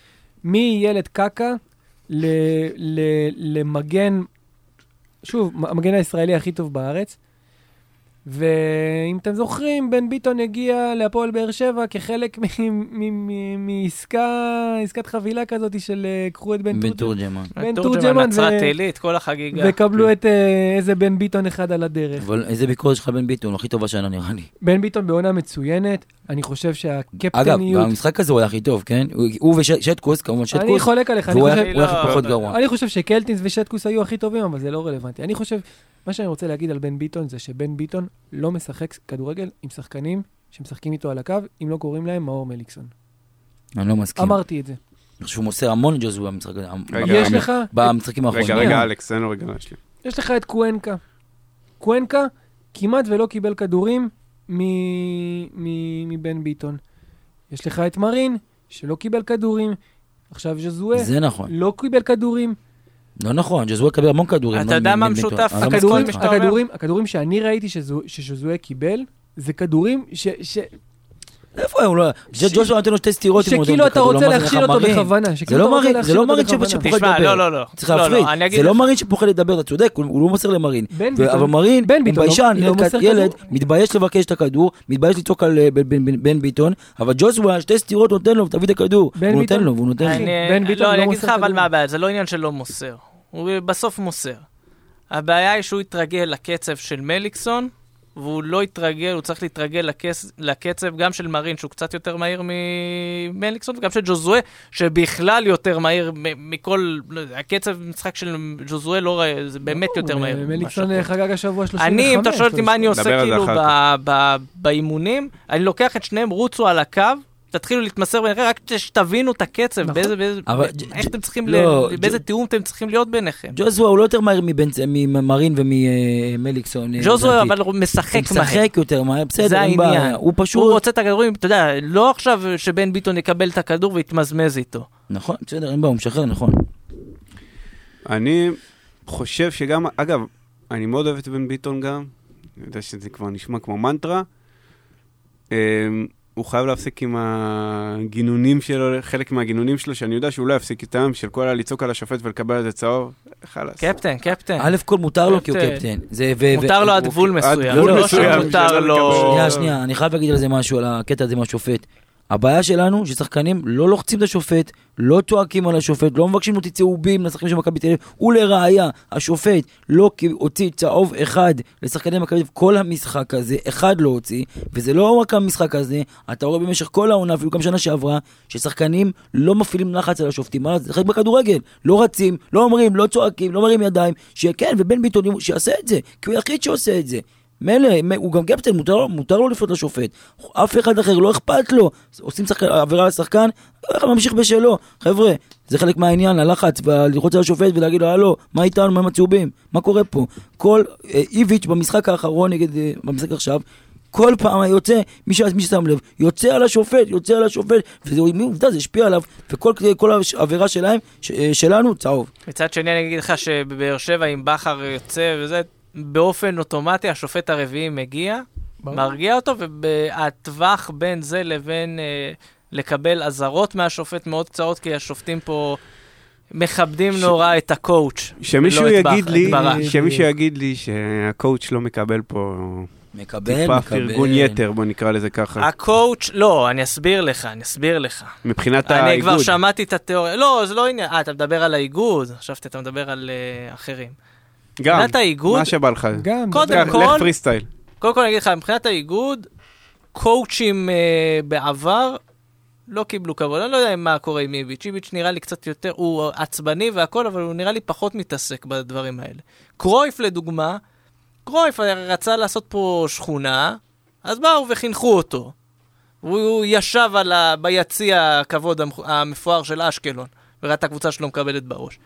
מילד קקה למגן, שוב, המגן הישראלי הכי טוב בארץ. ואם אתם זוכרים, בן ביטון הגיע להפועל באר שבע כחלק מעסקת חבילה כזאת של קחו את בן תורג'מן. בן תורג'מן נצרת עילית, כל החגיגה. וקבלו את איזה בן ביטון אחד על הדרך. אבל איזה ביקורת שלך בן ביטון, הכי טובה שנה נראה לי. בן ביטון בעונה מצוינת, אני חושב שהקפטניות... אגב, במשחק הזה הוא היה הכי טוב, כן? הוא ושטקוס, כמובן שטקוס. אני חולק עליך. והוא היה הכי פחות גרוע. אני חושב שקלטינס ושטקוס היו הכי טובים, אבל זה לא רלוונטי. אני חושב, מה שאני רוצה להגיד על בן ביטון זה שבן ביטון לא משחק כדורגל עם שחקנים שמשחקים איתו על הקו, אם לא קוראים להם מאור מליקסון. אני לא מסכים. אמרתי את זה. אני חושב שהוא מוסר המון ג'וזו במשחק הזה. יש לך... במשחקים האחרונים. רגע, אלכס, אין לו רגע להשלים. יש לך את קוונקה. קוונקה כמעט ולא קיבל כדורים מבן ביטון. יש לך את מרין, שלא קיבל כדורים. עכשיו ז'וזואה. זה נכון. לא קיבל כדורים. לא נכון, ז'וזואה קיבל המון כדורים. אתה יודע מה משותף? הכדורים שאני ראיתי שז'וזואה קיבל, זה כדורים איפה הוא לא... ג'ושוע נותן לו שתי סתירות. שכאילו אתה רוצה להכשיל אותו בכוונה. זה לא מרין שפוחד לדבר. לא. צריך להפריד. זה לא מרין שפוחד לדבר, אתה צודק, הוא לא מוסר למרין. אבל מרין, הוא ביישן, ילד, מתבייש לבקש את הכדור, מתבייש לצעוק על בן ביטון, אבל ג'ושוע שתי סתירות נותן לו, תביא את הכדור. הוא נותן לו, והוא נותן לו. לא, אני אגיד לך אבל מה הבעיה, זה לא עניין שלא מוסר. הוא בסוף מוסר. הבעיה היא שהוא יתרגל לקצב של מליקסון, והוא לא יתרגל, הוא צריך להתרגל לקצב גם של מרין, שהוא קצת יותר מהיר ממליקסון, וגם של ג'וזואה, שבכלל יותר מהיר מכל... הקצב משחק של ג'וזואה זה באמת יותר מהיר. מליקסון חגג השבוע 35. אם אתה שואל אותי מה אני עושה כאילו באימונים, אני לוקח את שניהם, רוצו על הקו, תתחילו להתמסר ביניכם, רק שתבינו את הקצב, איך אתם צריכים, באיזה תיאום אתם צריכים להיות ביניכם. ג'וזואה הוא לא יותר מהיר ממרין וממליקסון. ג'וזואה אבל הוא משחק מהר. הוא משחק יותר מהר, בסדר, אין בעיה. הוא פשוט... הוא רוצה את הכדורים, אתה יודע, לא עכשיו שבן ביטון יקבל את הכדור ויתמזמז איתו. נכון, בסדר, אין בעיה, הוא משחרר, נכון. אני חושב שגם, אגב, אני מאוד אוהב את בן ביטון גם, אני יודע שזה כבר נשמע כמו מנטרה, הוא חייב להפסיק עם הגינונים שלו, חלק מהגינונים שלו, שאני יודע שהוא לא יפסיק איתם, של כל הליצוק על השופט ולקבל את זה צהוב, חלאס. קפטן. א' כל מותר לו כי הוא קפטן. מותר לו עד גבול מסוים. לא שמותר לו... שנייה, אני חייב להגיד על זה משהו, על הקטע הזה מהשופט. הבעיה שלנו, ששחקנים לא לוחצים את השופט, לא צועקים על השופט, לא מבקשים אותי צהובים לשחקנים של מכבי תל אביב, ולראיה, השופט לא הוציא צהוב אחד לשחקנים מכבי תל אביב, כל המשחק הזה, אחד לא הוציא, וזה לא רק המשחק הזה, אתה רואה במשך כל העונה, אפילו גם שנה שעברה, ששחקנים לא מפעילים לחץ על השופטים, מה זה? חלק בכדורגל, לא רצים, לא אומרים, לא צועקים, לא מרים ידיים, שכן, ובן ביטון שיעשה את זה, כי הוא היחיד שעושה את זה. מלא, הוא גם קפטן, מותר לו לפנות לשופט. אף אחד אחר, לא אכפת לו. עושים עבירה לשחקן, ממשיך בשלו. חבר'ה, זה חלק מהעניין, הלחץ, וללחוץ על השופט ולהגיד לו, הלו, מה איתנו, מה עם הצהובים? מה קורה פה? כל איביץ' במשחק האחרון, במשחק עכשיו, כל פעם יוצא, מי ששם לב, יוצא על השופט, וזה עובדה, זה השפיע עליו, וכל העבירה שלנו, צהוב. מצד שני, אני אגיד לך שבבאר שבע, אם בחר יוצא וזה, באופן אוטומטי, השופט הרביעי מגיע, מרגיע אותו, והטווח בין זה לבין לקבל עזרות מהשופט מאוד קצרות, כי השופטים פה מכבדים נורא את הקואוץ'. שמישהו יגיד לי שהקואוץ' לא מקבל פה טיפה פרגון יתר, בוא נקרא לזה ככה. הקואוץ', לא, אני אסביר לך. מבחינת האיגוד. אני כבר שמעתי את התיאוריה, לא, זה לא עניין, אתה מדבר על האיגוד, חשבתי אתה מדבר על אחרים. גם, מבחינת האיגוד, מה שבא לך. קודם כל, לך פרי סטייל. קודם כל אני אגיד לך, מבחינת האיגוד, קואוצ'ים בעבר לא קיבלו כבוד. אני לא יודע מה קורה עם איביץ'. איביץ' נראה לי קצת יותר, הוא עצבני והכל, אבל הוא נראה לי פחות מתעסק בדברים האלה. קרויף לדוגמה, קרויף רצה לעשות פה שכונה, אז באו וחינכו אותו. הוא ישב ביציע הכבוד המפואר של אשקלון, וראה את הקבוצה שלו מקבלת בראש.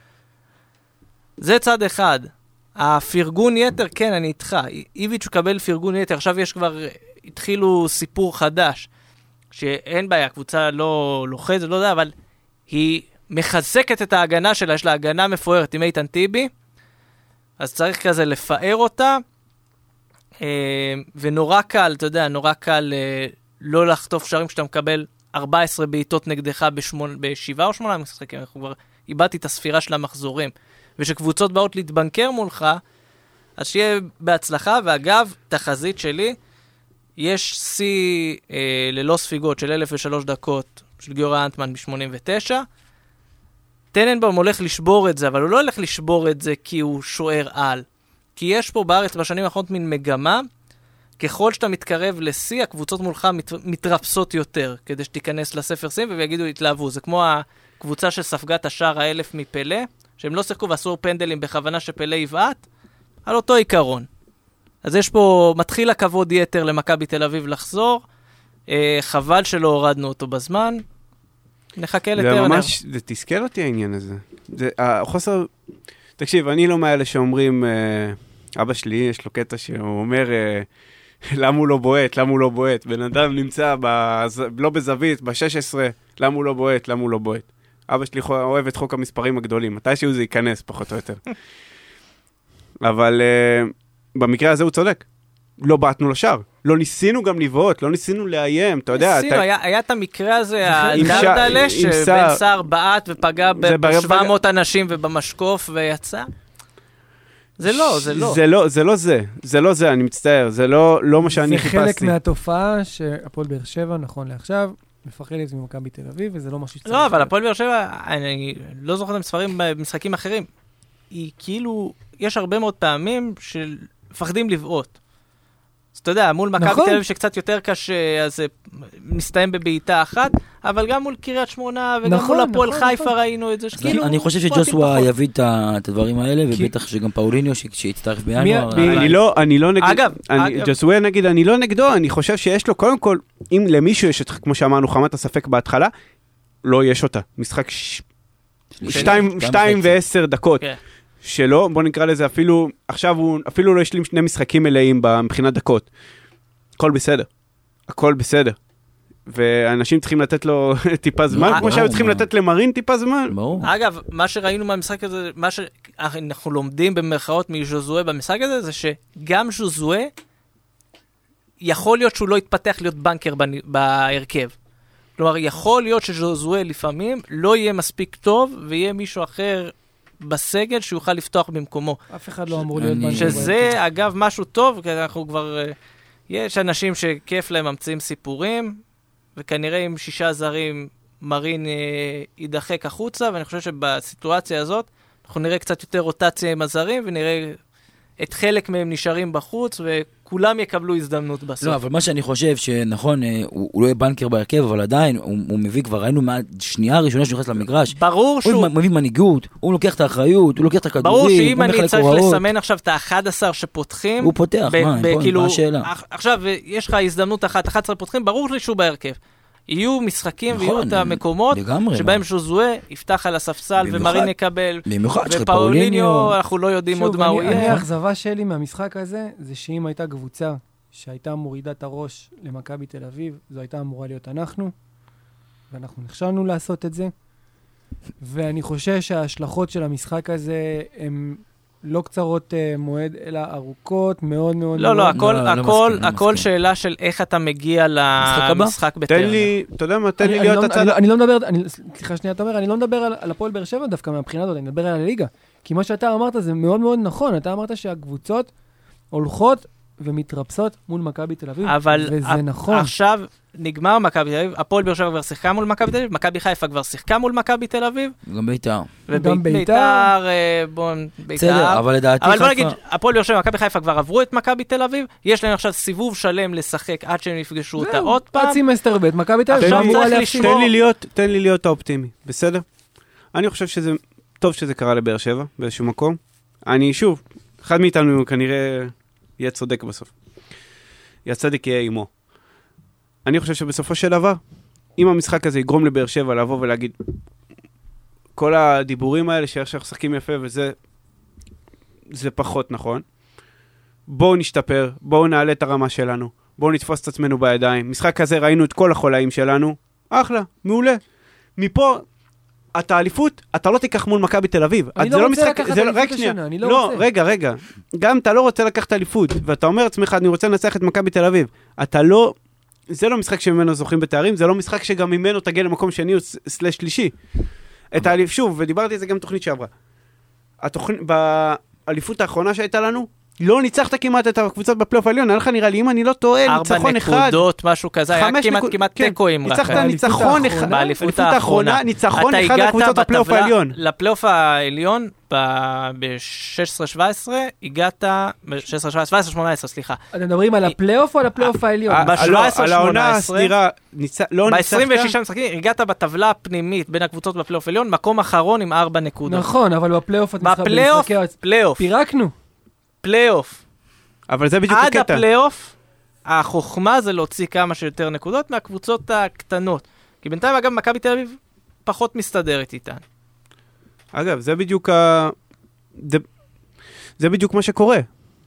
זה צד אחד. הפרגון יתר, כן, אני איתך. איביץ' הוא קבל פרגון יתר. עכשיו התחילו סיפור חדש, שאין בעיה, קבוצה לא לוחזת, לא יודע, אבל היא מחזקת את ההגנה שלה, יש לה הגנה מפוארת עם איתן טיבי, אז צריך כזה לפאר אותה, ונורא קל, אתה יודע, נורא קל לא לחטוף שערים כשאתה מקבל 14 בעיטות נגדך ב7 או 8 משחקים, אנחנו כבר איבדתי את הספירה של המחזורים, ושקבוצות באות להתבנקר מולך, אז שיהיה בהצלחה, ואגב, תחזית שלי, יש שיא ללא ספיגות של 1003 דקות של גיורא אנטמן ב-89, טננבאום הולך לשבור את זה, אבל הוא לא הולך לשבור את זה כי הוא שוער על, כי יש פה בארץ בשנים האחרונות מין מגמה, ככל שאתה מתקרב לשיא, הקבוצות מולך מתרפסות יותר, כדי שתיכנס לספר סים ויגידו התלהבו, זה כמו הקבוצה שספגה את השער 1000 מפלה, שהם לא שיחקו ועשו פנדלים בכוונה שפלה יבעט, על אותו עיקרון. אז יש פה, מתחיל הכבוד יתר למכבי תל אביב לחזור, חבל שלא הורדנו אותו בזמן, נחכה לטרנר. זה ממש, זה תזכר אותי העניין הזה. זה, החוסר, תקשיב, אני לא מאלה שאומרים, אבא שלי יש לו קטע שהוא אומר, למה הוא לא בועט? בן אדם נמצא לא בזווית, ב-16, למה הוא לא בועט? אבא שלי אוהב את חוק המספרים הגדולים, מתי שהוא זה ייכנס, פחות או יותר. אבל במקרה הזה הוא צודק. לא בעטנו לשער. לא ניסינו גם לבעוט, לא ניסינו לאיים, אתה יודע. ניסינו, היה את המקרה הזה, עם הדרדלה, עם שבן סער בעט ופגע ב-700 אנשים ובמשקוף ויצא. זה לא. זה לא זה, אני מצטער, זה לא מה שאני חיפשתי. זה חלק מהתופעה שהפועל באר שבע, נכון לעכשיו, מפחדת ממכבי תל אביב, וזה לא משהו שצריך. לא, אבל הפועל באר שבע, אני לא זוכר את המספרים במשחקים אחרים. היא כאילו, יש הרבה מאוד פעמים שמפחדים לבעוט. אז אתה יודע, מול מכבי תל אביב שקצת יותר קשה, אז זה מסתיים בבעיטה אחת, אבל גם מול קריית שמונה, וגם מול הפועל חיפה ראינו את זה. אני חושב שג'וסווה יביא את הדברים האלה, ובטח שגם פאוליניו שיצטרף בינואר. אני לא נגד, אגב, ג'וסווה נגיד, אני לא נגדו, אני חושב שיש לו, קודם כל, אם למישהו יש, כמו שאמרנו, חמת הספק בהתחלה, לא יש אותה. משחק 2 ו10 דקות. שלא, בוא נקרא לזה אפילו, עכשיו הוא אפילו לא השלים 2 משחקים מלאים מבחינת דקות. הכל בסדר. ואנשים צריכים לתת לו טיפה זמן, כמו שהיו צריכים לתת למרין טיפה זמן. אגב, מה שראינו מהמשחק הזה, מה שאנחנו לומדים במרכאות מז'וזואה במשחק הזה, זה שגם ז'וזואה, יכול להיות שהוא לא יתפתח להיות בנקר בהרכב. כלומר, יכול להיות שז'וזואה לפעמים לא יהיה מספיק טוב, ויהיה מישהו אחר בסגל שיוכל לפתוח במקומו. אף אחד לא אמור להיות בנקר. שזה, אגב, משהו טוב, כי אנחנו כבר, יש אנשים שכיף להם ממציאים סיפורים, וכנראה עם 6 זרים מרין יידחק החוצה, ואני חושב שבסיטואציה הזאת, אנחנו נראה קצת יותר רוטציה עם הזרים, ונראה את חלק מהם נשארים בחוץ, וכולם יקבלו הזדמנות בסוף. לא, אבל מה שאני חושב שנכון, הוא לא יהיה בנקר בהרכב, אבל עדיין הוא מביא, כבר ראינו מהשנייה הראשונה שנכנס למגרש. ברור שהוא... הוא מביא מנהיגות, הוא לוקח את האחריות, הוא לוקח את הכדורים, ברור שאם אני צריך לסמן עכשיו את ה-11 שפותחים... הוא פותח, מה השאלה? עכשיו, יש לך הזדמנות 11 פותחים, ברור לי שהוא בהרכב. יהיו משחקים ויהיו את המקומות שבהם ז'וזואה יפתח על הספסל ומרין יקבל, ופאוליניו, אנחנו לא יודעים עוד מה הוא יהיה. האכזבה שלי מהמשחק הזה, זה שאם הייתה קבוצה שהייתה מורידה את הראש למכבי תל אביב, זו הייתה אמורה להיות אנחנו, ואנחנו נכשלנו לעשות את זה, ואני חושב שההשלכות של המשחק הזה הן לא קצרות מועד, אלא ארוכות מאוד מאוד. לא, הכל שאלה של איך אתה מגיע למשחק בטרנר. תן לי, אתה יודע מה, תן לי להיות הצד. אני לא מדבר, סליחה שנייה, אתה אומר, אני לא מדבר על הפועל באר שבע דווקא מהבחינה הזאת, אני מדבר על הליגה. כי מה שאתה אמרת זה מאוד מאוד נכון, אתה אמרת שהקבוצות הולכות ומתרפסות מול מכבי תל אביב, וזה נכון. עכשיו נגמר מכבי תל אביב, הפועל באר שבע כבר שיחקה מול מכבי תל אביב, מכבי חיפה כבר שיחקה מול מכבי תל אביב. גם ביתר. וגם ביתר. בסדר, אבל לדעתי חיפה... אבל בוא נגיד, הפועל באר שבע, מכבי חיפה כבר עברו את מכבי תל אביב, יש להם עכשיו סיבוב שלם לשחק עד שהם יפגשו אותה עוד פעם. עד סמסטר ב', מכבי תל אביב. תן לי להיות האופטימי, בסדר? אני חושב שזה טוב שזה קרה לבאר שבע, באיזשהו מקום. אני שוב, אחד מאיתנו כנראה יהיה צודק בסוף. הצדק יהיה עמו. אני חושב שבסופו של דבר, אם המשחק הזה יגרום לבאר שבע לבוא ולהגיד, כל הדיבורים האלה שאנחנו משחקים יפה וזה, זה פחות נכון. בואו נשתפר, בואו נעלה את הרמה שלנו, בואו נתפוס את עצמנו בידיים. משחק כזה ראינו את כל החולאים שלנו, אחלה, מעולה. מפה, את האליפות, אתה לא תיקח מול מכבי תל אביב. אני לא רוצה לקחת אליפות השנה, אני לא רוצה. רגע. גם אתה לא רוצה לקחת אליפות, ואתה אומר לעצמך, אני רוצה לנצח את מכבי תל אביב. אתה לא, זה לא משחק שממנו זוכים בתארים, זה לא משחק שגם ממנו תגיע למקום שני או סלש שלישי. את האליפות, שוב, ודיברתי את זה גם תוכנית שעברה. באליפות האחרונה שהייתה לנו, לא ניצחת כמעט את הקבוצות בפלייאוף העליון, היה לך נראה לי, אם אני לא טועה, ניצחון אחד. 4 נקודות, משהו כזה, היה כמעט תיקואים. ניצחת ניצחון אחד, באליפות האחרונה, ניצחון אחד לקבוצות בפלייאוף העליון. לפלייאוף העליון, ב-16-17, הגעת, ב-16-17, סליחה. אתם מדברים על הפלייאוף או על הפלייאוף העליון? ב-17-18, על העונה הסדירה, לא ניצחת. ב-26 משחקים, הגעת בטבלה הפנימית בין הקבוצות בפלייאוף העליון, מקום אחרון עם 4 נקודות. נכון, אבל בפלייאוף את ניצחה בפלייאוף. פירקנו. פלייאוף. אבל זה בדיוק הקטע. עד הפלייאוף, החוכמה זה להוציא כמה שיותר נקודות מהקבוצות הקטנות. כי בינתיים, אגב, מכבי תל אביב פחות מסתדרת איתן. אגב, זה בדיוק זה בדיוק מה שקורה.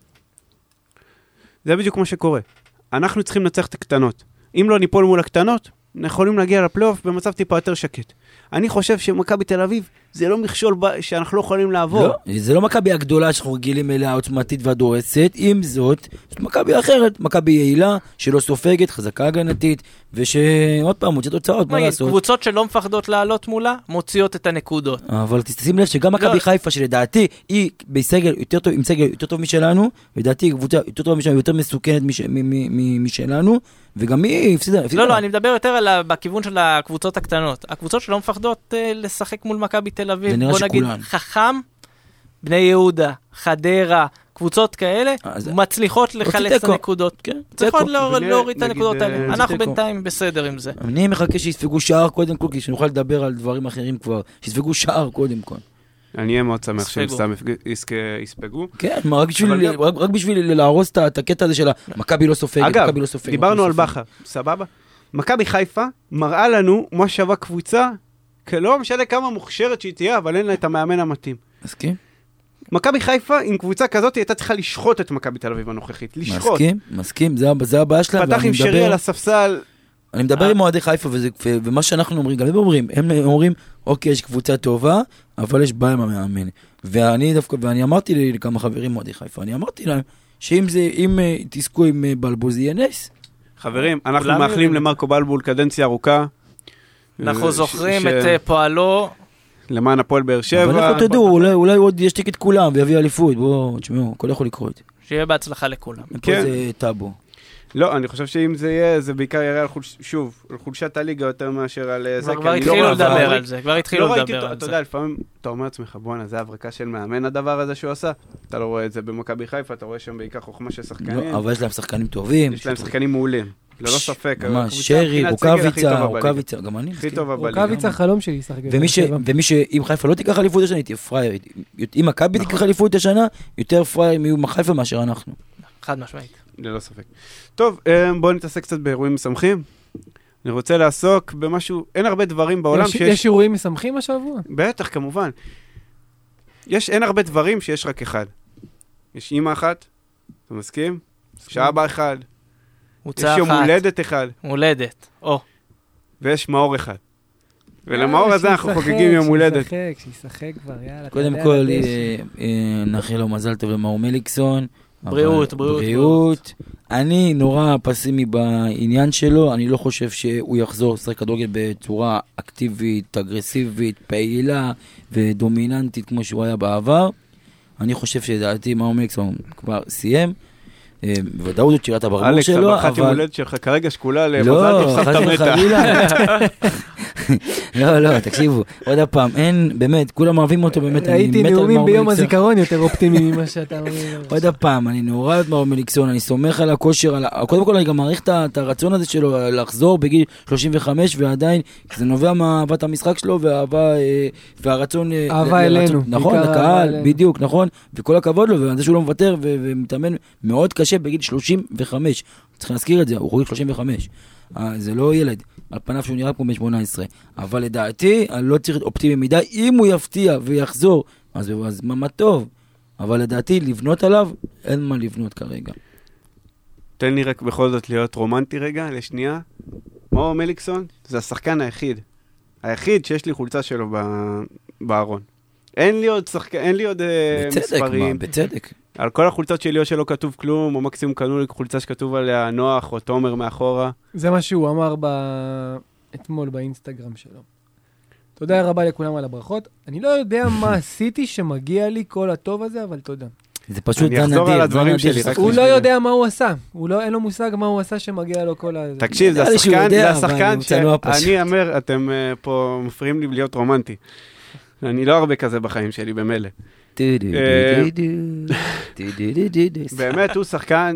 זה בדיוק מה שקורה. אנחנו צריכים לנצח את הקטנות. אם לא ניפול מול הקטנות, יכולים להגיע לפלייאוף במצב טיפה יותר שקט. אני חושב שמכבי תל אביב זה לא מכשול שאנחנו לא יכולים לעבור. לא, זה לא מכבי הגדולה שאנחנו רגילים אליה, העוצמתית והדורסת, עם זאת, זאת מכבי אחרת, מכבי יעילה, שלא סופגת, חזקה הגנתית, ושעוד פעם, מוצאת תוצאות, מה לעשות? קבוצות שלא מפחדות לעלות מולה, מוציאות את הנקודות. אבל תשים לב שגם מכבי חיפה, שלדעתי, היא בסגל יותר טוב, עם סגל יותר טוב משלנו, לדעתי היא קבוצה יותר טובה משלנו, יותר מסוכנת משלנו, וגם היא הפסידה. לא, אני מדבר יותר בכיוון של הקבוצות הקטנות. הקבוצות שלא מפחדות לשחק מול מכבי תל אביב, בוא נגיד חכם, בני יהודה, חדרה, קבוצות כאלה, מצליחות לחלץ את הנקודות. צריכות להוריד את הנקודות האלה. אנחנו בינתיים בסדר עם זה. אני מחכה שיספגו שער קודם כל, כי שנוכל לדבר על דברים אחרים כבר. שיספגו שער קודם כל. אני אהיה מאוד שמח שהם סתם יספגו. כן, רק בשביל להרוס את הקטע הזה של מכבי לא סופגת. אגב, דיברנו על בכר, סבבה? מכבי חיפה מראה לנו מה שווה קבוצה, לא משנה כמה מוכשרת שהיא תהיה, אבל אין לה את המאמן המתאים. מסכים? מכבי חיפה עם קבוצה כזאת הייתה צריכה לשחוט את מכבי תל אביב הנוכחית. לשחוט. מסכים, זה הבעיה שלהם. פתח עם שרי על הספסל. אני מדבר עם אוהדי חיפה, ומה שאנחנו אומרים, גם הם אומרים, אוקיי, יש קבוצה טובה, אבל יש בעיה עם המאמן. ואני אמרתי לכמה חברים אוהדי חיפה, אני אמרתי להם, שאם תזכו עם בלבול זה יהיה נס. חברים, אנחנו מאחלים למרקו בלבול קדנציה ארוכה. אנחנו זוכרים את פועלו. למען הפועל באר שבע. אבל אנחנו תדעו, אולי עוד ישתיק את כולם ויביא אליפות. בואו, תשמעו, הכל יכול לקרות. שיהיה בהצלחה לכולם. פה זה טאבו. לא, אני חושב שאם זה יהיה, זה בעיקר יראה על חולשת הליגה יותר מאשר על זה. כבר התחילו לדבר על זה, אתה יודע, לפעמים אתה אומר לעצמך, בואנה, זה הברקה של מאמן הדבר הזה שהוא עשה. אתה לא רואה את זה במכבי חיפה, אתה רואה שם בעיקר חוכמה של שחקנים. לא, אבל יש להם שחקנים טובים. יש להם שחקנים מעולים. ללא ספק. ממש, שרי, רוקאביצה, גם אני. הכי טובה בליגה. רוקאביצה חלום שלי ישחק. ומי שאם חיפה לא תיקח אליפות השנה, תהיה פרייר. אם מכבי תיקח אליפות השנה, יותר פרייר מחיפה מאשר אנחנו. חד משמעית. ללא ספק. טוב, בואו נתעסק קצת באירועים משמחים. אני רוצה לעסוק במשהו, אין הרבה דברים בעולם שיש... יש אירועים משמחים השבוע? בטח, כמובן. אין הרבה דברים שיש רק אחד. יש אמא אחת, אתה מסכים? יש אבא אחד. יש יום הולדת אחד. מולדת, ויש מאור אחד. ולמאור הזה אנחנו חוגגים יום הולדת. שישחק כבר, יאללה. קודם כל, נאחל לו מזל טוב למאור מליקסון. בריאות. אני נורא פסימי בעניין שלו, אני לא חושב שהוא יחזור לשחק כדורגל בצורה אקטיבית, אגרסיבית, פעילה ודומיננטית כמו שהוא היה בעבר. אני חושב שדעתי מאור מליקסון כבר סיים. בוודאות זאת שירת הברבור שלו, אבל... אלכס, הברכת יום הולדת שלך כרגע שקולה למזל תפסח את המתה. לא, תקשיבו, עוד הפעם, אין, באמת, כולם אוהבים אותו, באמת, ראיתי נאומים ביום הזיכרון יותר אופטימיים ממה שאתה אומר. עוד הפעם, אני נורא את מאור מליקסון, אני סומך על הכושר, קודם כל אני גם מעריך את הרצון הזה שלו לחזור בגיל 35, ועדיין, זה נובע מאהבת המשחק שלו, והרצון... אהבה אלינו. נכון, לקהל, בדיוק, נכון, וכל הכבוד לו, וזה שהוא לא מוותר, ומתאמן מאוד קשה בגיל 35, צריך להזכיר את זה, הוא חוגג 35, זה לא ילד, על פניו שהוא נראה כמו בן 18, אבל לדעתי, אני לא צריך אופטימי מדי, אם הוא יפתיע ויחזור, אז מה טוב, אבל לדעתי, לבנות עליו, אין מה לבנות כרגע. תן לי רק בכל זאת להיות רומנטי רגע, לשנייה, מאור מליקסון, זה השחקן היחיד שיש לי חולצה שלו בארון. אין לי עוד מספרים. בצדק. על כל החולצות שלי או שלא כתוב כלום, או מקסימום קנו לי חולצה שכתוב עליה נוח או תומר מאחורה. זה מה שהוא אמר אתמול באינסטגרם שלו. תודה רבה לכולם על הברכות. אני לא יודע מה עשיתי שמגיע לי כל הטוב הזה, אבל תודה. זה פשוט אני אחזור על הדברים שלי. הוא לא יודע מה הוא עשה. אין לו מושג מה הוא עשה שמגיע לו כל ה... תקשיב, זה השחקן שאני אומר, אתם פה מפריעים לי להיות רומנטי. אני לא הרבה כזה בחיים שלי במילא. באמת הוא שחקן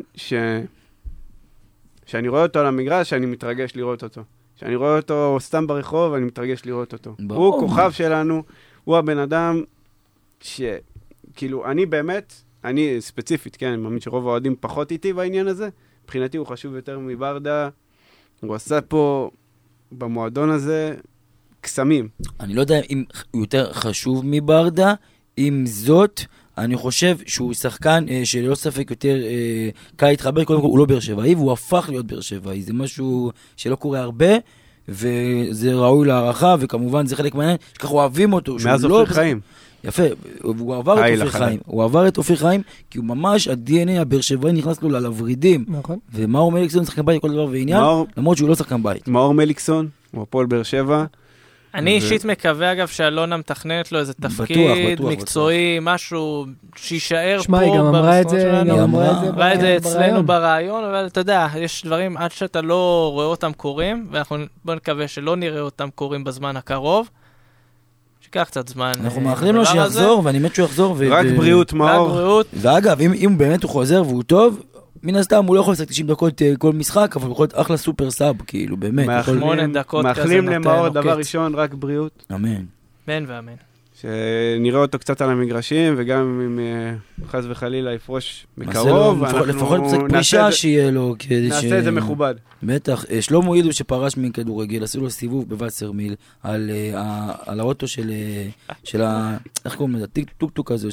שאני רואה אותו על המגרש, שאני מתרגש לראות אותו. שאני רואה אותו סתם ברחוב, אני מתרגש לראות אותו. הוא כוכב שלנו, הוא הבן אדם שכאילו אני באמת, אני ספציפית, כן, אני מאמין שרוב האוהדים פחות איתי בעניין הזה, מבחינתי הוא חשוב יותר מברדה, הוא עשה פה במועדון הזה קסמים. אני לא יודע אם הוא יותר חשוב מברדה, עם זאת, אני חושב שהוא שחקן שללא ספק יותר קל להתחבר, קודם כל הוא לא באר שבעי, והוא הפך להיות באר שבעי, זה משהו שלא קורה הרבה, וזה ראוי להערכה, וכמובן זה חלק מהעניין, שככה אוהבים אותו. מאז אופיר חיים. יפה, הוא עבר את אופיר חיים. הוא עבר את אופיר חיים, כי הוא ממש, ה-DNA הבאר שבעי נכנס לו לוורידים. נכון. ומאור מליקסון שחקן בית לכל דבר ועניין, למרות שהוא לא שחקן בית. מאור מליקסון, הוא הפועל באר שבע. אני אישית מקווה, אגב, שאלונה מתכננת לו איזה תפקיד מקצועי, משהו שישאר פה. היא גם אמרה את זה, אמרה את זה אצלנו ברעיון, אבל אתה יודע, יש דברים עד שאתה לא רואה אותם קורים, ואנחנו בוא נקווה שלא נראה אותם קורים בזמן הקרוב. שיקח קצת זמן. אנחנו מאחלים לו שיחזור, ואני מת שהוא יחזור. רק בריאות, מאור. ואגב, אם באמת הוא חוזר והוא טוב, מן הסתם הוא לא יכול לשחק 90 דקות כל משחק, אבל הוא יכול להיות אחלה סופר סאב, כאילו, באמת. 8 דקות כזה מאחלים למאור דבר ראשון, רק בריאות. אמן. אמן ואמן. שנראה אותו קצת על המגרשים, וגם אם חס וחלילה יפרוש מקרוב, לפחות פסק פרישה שיהיה לו. נעשה את זה מכובד. בטח, שלמה אילוז שפרש מכדורגל, עשו לו סיבוב בווסרמיל, על האוטו של איך קוראים לזה? טוק-טוק הזו,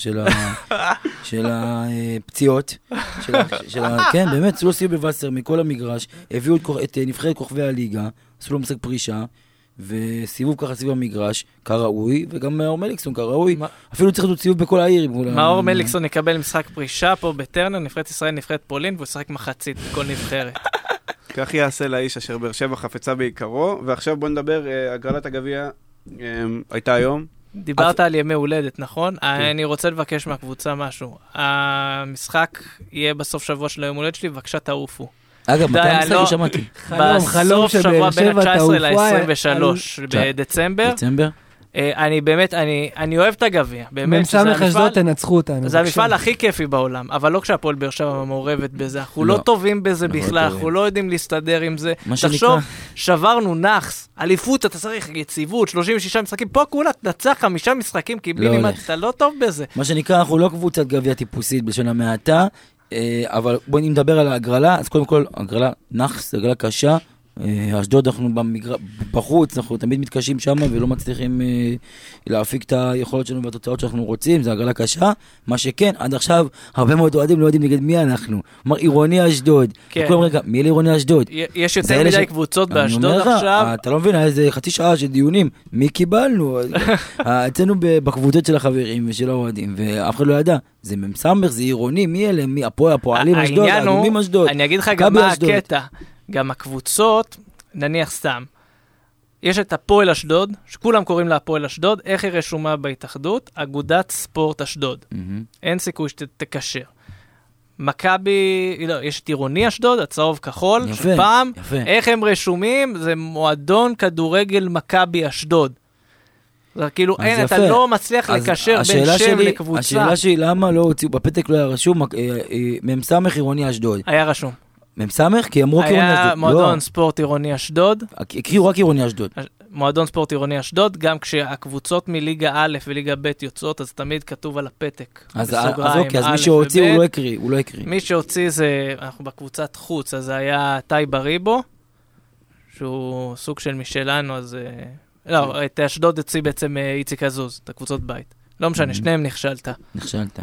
של הפציעות. כן, באמת, עשו לו סיבוב בווסרמיל, מכל המגרש, הביאו את נבחרת כוכבי הליגה, עשו לו פסק פרישה, וסיבוב ככה סביב המגרש, כראוי, וגם מאור מליקסון כראוי. אפילו צריך להיות סיבוב בכל העיר. מאור מליקסון יקבל משחק פרישה פה בטרנר, נבחרת ישראל, נבחרת פולין, והוא ישחק מחצית בכל נבחרת. כך יעשה לאיש אשר באר שבע חפצה בעיקרו, ועכשיו בוא נדבר, הגרלת הגביע הייתה היום. דיברת על ימי הולדת, נכון? אני רוצה לבקש מהקבוצה משהו. המשחק יהיה בסוף שבוע של היום הולדת שלי, בבקשה תעופו. אגב, מתי המשחק שמעתי? חלום של באר שבע בין ה-19 ל-23 בדצמבר. אני באמת, אני אוהב את הגביע. ממסמך אשדוד תנצחו אותנו. זה המפעל הכי כיפי בעולם, אבל לא כשהפועל באר שבע מעורבת בזה. אנחנו לא טובים בזה בכלל, אנחנו לא יודעים להסתדר עם זה. תחשוב, שברנו נחס, אליפות, אתה צריך יציבות, 36 משחקים, פה כולה תנצח 5 משחקים, כי בלי לימד, אתה לא טוב בזה. מה שנקרא, אנחנו לא קבוצת גביע טיפוסית בלשון המעטה, אבל בואי נדבר על ההגרלה. אז קודם כל, הגרלה נחס, הגרלה קשה. אשדוד אנחנו בחוץ, אנחנו תמיד מתקשים שם ולא מצליחים להפיק את היכולות שלנו והתוצאות שאנחנו רוצים, זה הגרלה קשה. מה שכן, עד עכשיו הרבה מאוד אוהדים לא יודעים נגד מי אנחנו. כלומר, עירוני אשדוד. כולם רגע, מי אלה עירוני אשדוד? יש יותר מדי קבוצות באשדוד עכשיו. אתה לא מבין, היה איזה חצי שעה של דיונים, מי קיבלנו? אצלנו בקבוצות של החברים ושל האוהדים, ואף אחד לא ידע. זה ממסמך, זה עירוני, מי אלה? מי הפועלים אשדוד, האדומים אשדוד. אני אגיד לך גם מה הקטע. גם הקבוצות, נניח סתם, יש את הפועל אשדוד, שכולם קוראים לה הפועל אשדוד, איך היא רשומה בהתאחדות? אגודת ספורט אשדוד. אין סיכוי שתקשר. מכבי, לא, יש את עירוני אשדוד, הצהוב כחול, שפעם, איך הם רשומים? זה מועדון כדורגל מכבי אשדוד. זה כאילו, אין, אתה לא מצליח לקשר בין שם לקבוצה. השאלה שלי, למה לא הוציאו, בפתק לא היה רשום, ממסמך עירוני אשדוד. היה רשום. ממסמך? כי אמרו עירוני אשדוד. היה מועדון ספורט עירוני אשדוד. הקריאו רק עירוני אשדוד. מועדון ספורט עירוני אשדוד, גם כשהקבוצות מליגה א' וליגה ב' יוצאות, אז תמיד כתוב על הפתק. אז אוקיי, אז מי שהוציא הוא לא הקריא. מי שהוציא זה, אנחנו בקבוצת חוץ, אז זה היה טי בריבו, שהוא סוג של משלנו, אז... לא, את אשדוד הוציא בעצם איציק עזוז, את הקבוצות בית. לא משנה, שניהם נכשלת. נכשלת.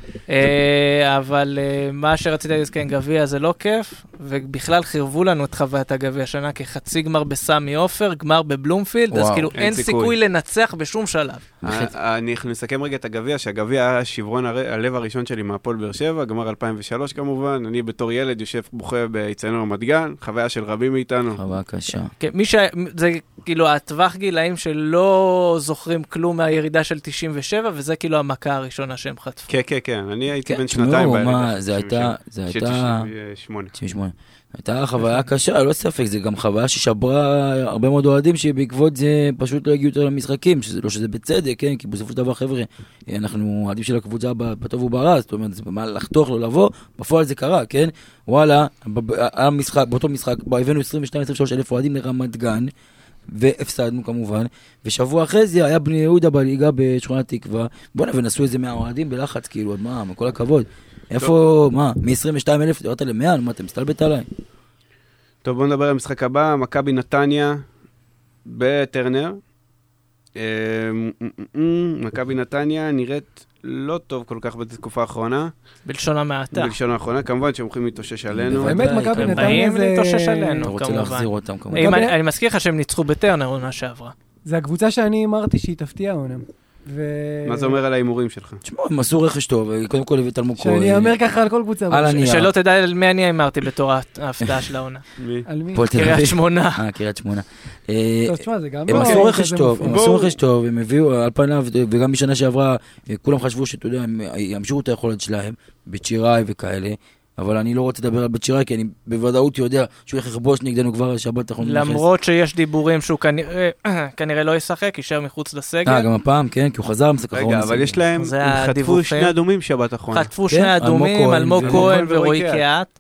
אבל מה שרציתי להגיד, כן, גביע זה לא כיף, ובכלל חירבו לנו את חוויית הגביע השנה, כחצי גמר בסמי עופר, גמר בבלומפילד, אז כאילו אין סיכוי לנצח בשום שלב. אני נסכם רגע את הגביע, שהגביע היה שברון הלב הראשון שלי מהפועל באר שבע, גמר 2003 כמובן, אני בתור ילד יושב בוכה באיצטדיון רמת גן, חוויה של רבים מאיתנו. חוויה קשה. זה כאילו הטווח גילאים שלא זוכרים כלום מהירידה של 97, וזה כאילו המכה הראשונה שהם חטפו. כן, כן, כן, אני הייתי בן שנתיים בירידה. זה הייתה... 98. הייתה חוויה קשה, לא ספק, זה גם חוויה ששברה הרבה מאוד אוהדים שבעקבות זה פשוט לא הגיעו יותר למשחקים, לא שזה בצדק, כן? כי בסופו של דבר, חבר'ה, אנחנו אוהדים של הקבוצה בטוב וברע, זאת אומרת, זה מה לחתוך לא לבוא, בפועל זה קרה, כן? וואלה, באותו משחק, הבאנו 22-23 אלף אוהדים לרמת גן, והפסדנו כמובן, ושבוע אחרי זה היה בני יהודה בליגה בשכונת תקווה, בוא'נה, ונסו איזה 100 אוהדים בלחץ, כאילו, עוד מה, מכל הכבוד. איפה, מה, מ-22,000 יורדת ל-100, מה, אתם מסתלבט עליי? טוב, בואו נדבר על המשחק הבא, מכבי נתניה בטרנר. מכבי נתניה נראית לא טוב כל כך בתקופה האחרונה. בלשון המעטה. בלשון האחרונה, כמובן שהם הולכים להתאושש עלינו. באמת, מכבי הם נתניה באים זה... להתאושש עלינו, אתה רוצה כמובן. להחזיר אותם כמובן. אני מזכיר לך שהם ניצחו בטרנר עונה שעברה. זה הקבוצה שאני אמרתי שהיא תפתיע עונם. מה זה אומר על ההימורים שלך? תשמע, הם עשו רכש טוב, קודם כל הבאת אלמוג כהן. שאני אמר ככה על כל קבוצה. על הנייר. שלא תדע על מי אני אמרתי בתור ההפתעה של העונה. מי? על מי? הפועל תל אביב. קריית שמונה. קריית שמונה. טוב, תשמע, זה גם... הם לא עשו כזה רכש טוב, מופרך. הם עשו רכש טוב, הם הביאו על פניו, וגם בשנה שעברה, כולם חשבו שאתה יודע, הם ימשיכו את היכולת שלהם, בצ'יראי וכאלה, אבל אני לא רוצה לדבר על בצ'יראי, כי אני בוודאות יודע שהוא יכבוש נגדנו כבר השבת האחרונה. למרות שיש דיבורים שהוא כנראה לא ישחק, יישאר מחוץ לסגל. גם הפעם, כן, כי הוא חזר למשחק האחרון. רגע, אבל יש להם, זה הם חטפו הדיווחים. שני אדומים שבת האחרונה. חטפו שני אדומים, אלמוג כהן ורועי קהת,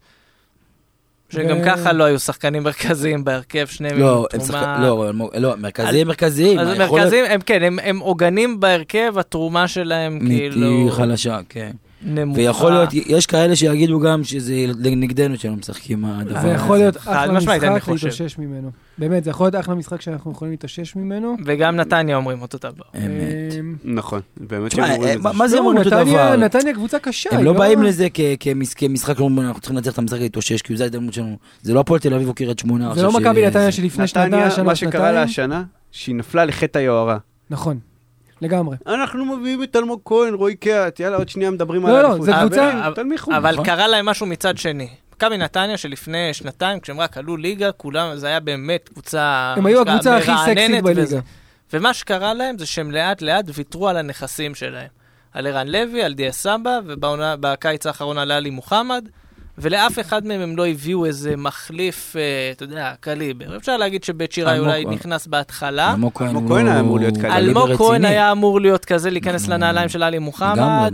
שגם ככה לא היו שחקנים מרכזיים בהרכב, שניהם עם תרומה... לא, מרכזיים. אז מרכזיים, כן, הם עוגנים בהרכב, התרומה שלהם כאילו... היא חלשה, כן. נמוכה. ויכול להיות, יש כאלה שיגידו גם שזה נגדנו שלא משחקים הדבר. זה יכול להיות אחלה משמעית, אני משחק חושב. להתאושש ממנו. באמת, זה יכול להיות אחלה משחק שאנחנו יכולים להתאושש ממנו. וגם נתניה אומרים אותו דבר. אמת. נכון, באמת תשמע, שהם אומרים את זה. מה זה אומרים אותו דבר? נתניה קבוצה קשה. הם לא באים לזה כמשחק, אנחנו צריכים לנצח את המשחק להתאושש, כי זה ההתדמות שלנו. זה לא הפועל תל אביב או קריית שמונה. זה לא מכבי נתניה שלפני שנתיים, נתניה, מה שקרה לה השנה, שהיא נפלה לחטא היוהרה. נכון, לגמרי. אנחנו מביאים את אלמוג כהן, רועי קהת, יאללה, עוד שנייה מדברים על לא, זה קבוצה... אבל קרה להם משהו מצד שני. מכבי נתניה שלפני שנתיים, כשהם רק עלו ליגה, כולם, זה היה באמת קבוצה... הם היו הקבוצה הכי סקסית בליגה. ומה שקרה להם זה שהם לאט לאט ויתרו על הנכסים שלהם. על ערן לוי, על דיה סבא, ובקיץ האחרון על עלי מוחמד, ולאף אחד מהם הם לא הביאו איזה מחליף, אתה יודע, קליבר. אפשר להגיד שבית שיראי אולי נכנס בהתחלה. אלמוג כהן היה אמור להיות קליבר. אלמוג כהן היה אמור להיות כזה, להיכנס לנעליים של עלי מוחמד,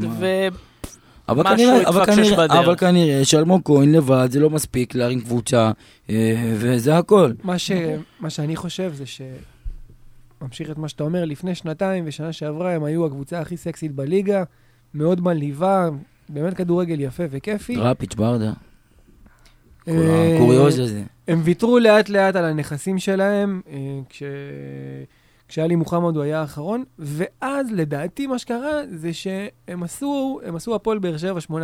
ומשהו התפקשש בדרך. אבל כנראה שאלמוג כהן לבד זה לא מספיק להרים קבוצה, וזה הכל. מה שאני חושב זה ממשיך את מה שאתה אומר, לפני שנתיים ושנה שעברה הם היו הקבוצה הכי סקסית בליגה, מאוד מלהיבה, באמת כדורגל יפה וכיפי. דראפיץ' ברדה. קוריוז הזה. הם ויתרו לאט לאט על הנכסים שלהם, כשעלי מוחמד הוא היה האחרון, ואז לדעתי מה שקרה זה שהם עשו הפועל באר שבע 18-19.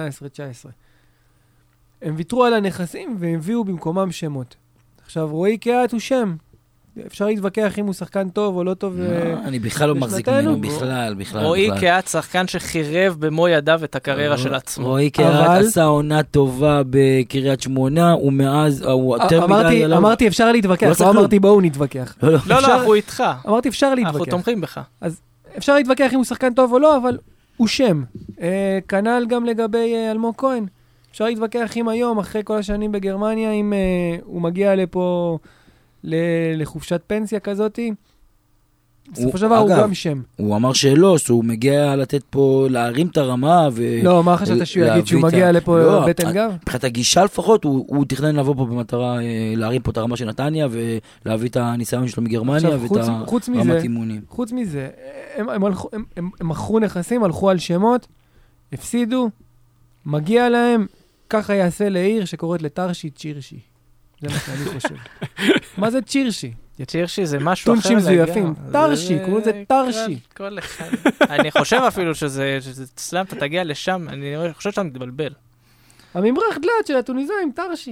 הם ויתרו על הנכסים והביאו במקומם שמות. עכשיו רועי קהת הוא שם. אפשר להתווכח אם הוא שחקן טוב או לא טוב. אני בכלל לא מחזיק ממנו, בכלל. רועי קהת שחקן שחירב במו ידיו את הקריירה של עצמו. רועי קהת עשה עונה טובה בקריית שמונה, ומאז הוא יותר מדי... אמרתי אפשר להתווכח, לא אמרתי בואו נתווכח. לא, אנחנו איתך. אמרתי אפשר להתווכח. אנחנו תומכים בך. אז אפשר להתווכח אם הוא שחקן טוב או לא, אבל הוא שם. כנ"ל גם לגבי אלמוג כהן. אפשר להתווכח אם היום, אחרי כל השנים בגרמניה, אם הוא מגיע לפה... לחופשת פנסיה כזאת, בסופו של דבר הוא גם שם. הוא אמר שלא, שהוא מגיע לתת פה, להרים את הרמה לא, מה חשבת שהוא יגיד שהוא מגיע לפה בטן גב? מבחינת הגישה לפחות, הוא תכנן לבוא פה במטרה להרים פה את הרמה של נתניה, ולהביא את הניסיון שלו מגרמניה, ואת הרמת אימונים. חוץ מזה, הם מכרו נכסים, הלכו על שמות, הפסידו, מגיע להם, ככה יעשה לעיר שקוראת לתרשי צ'ירשי. זה מה שאני חושב. מה זה צ'ירשי? צ'ירשי זה משהו אחר. טונצ'ים זויפים. תרשי, קוראים לזה תרשי. אני חושב אפילו שזה סלם, אתה תגיע לשם, אני חושב שאתה מתבלבל. הממרח דלת של הטוניסאים, תרשי.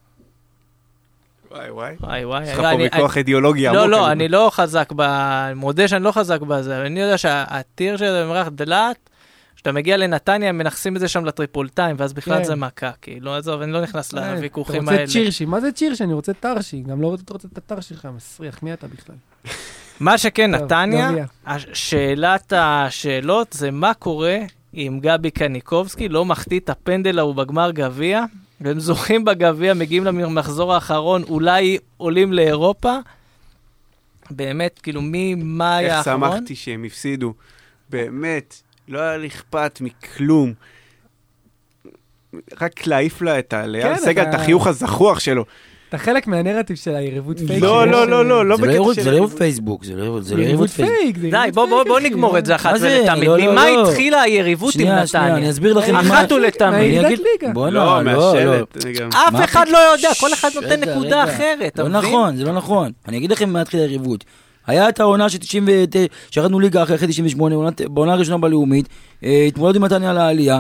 וואי. יש לך פה מכוח אידיאולוגיה. לא, אני לא חזק מודה שאני לא חזק בזה, אני יודע שהטיר של הממרח דלת, כשאתה מגיע לנתניה, הם מנחסים את זה שם לטריפולטיים, ואז בכלל זה מכה, כי לא עזוב, אני לא נכנס לוויכוחים האלה. אתה רוצה צ'ירשי, מה זה צ'ירשי? אני רוצה תרשי, גם לא רוצה את התרשי שלך, מסריח, מי אתה בכלל? מה שכן, נתניה, שאלת השאלות זה מה קורה אם גבי קניקובסקי לא מחטיא את הפנדל ההוא בגמר גביע, והם זוכים בגביע, מגיעים למחזור האחרון, אולי עולים לאירופה, באמת, כאילו, מה היה האחרון? איך שמחתי שהם הפסידו, באמת. לא היה לי אכפת מכלום. רק להעיף לה את העלייה, סגל את החיוך הזכוח שלו. אתה חלק מהנרטיב של היריבות פייק. לא, זה לא יריבות פייסבוק, זה לא יריבות פייק. די, בוא נגמור את זה אחת ולתמיד. ממה התחילה היריבות עם נתניה? אני אסביר לכם. אחת ולתמיד. לא, מהשלט. אף אחד לא יודע, כל אחד נותן נקודה אחרת. לא נכון, זה לא נכון. אני אגיד לכם מה התחילה היריבות. היה את העונה שירדנו ליגה אחרי 98, בעונה הראשונה בלאומית, התמודדנו עם נתניה לעלייה,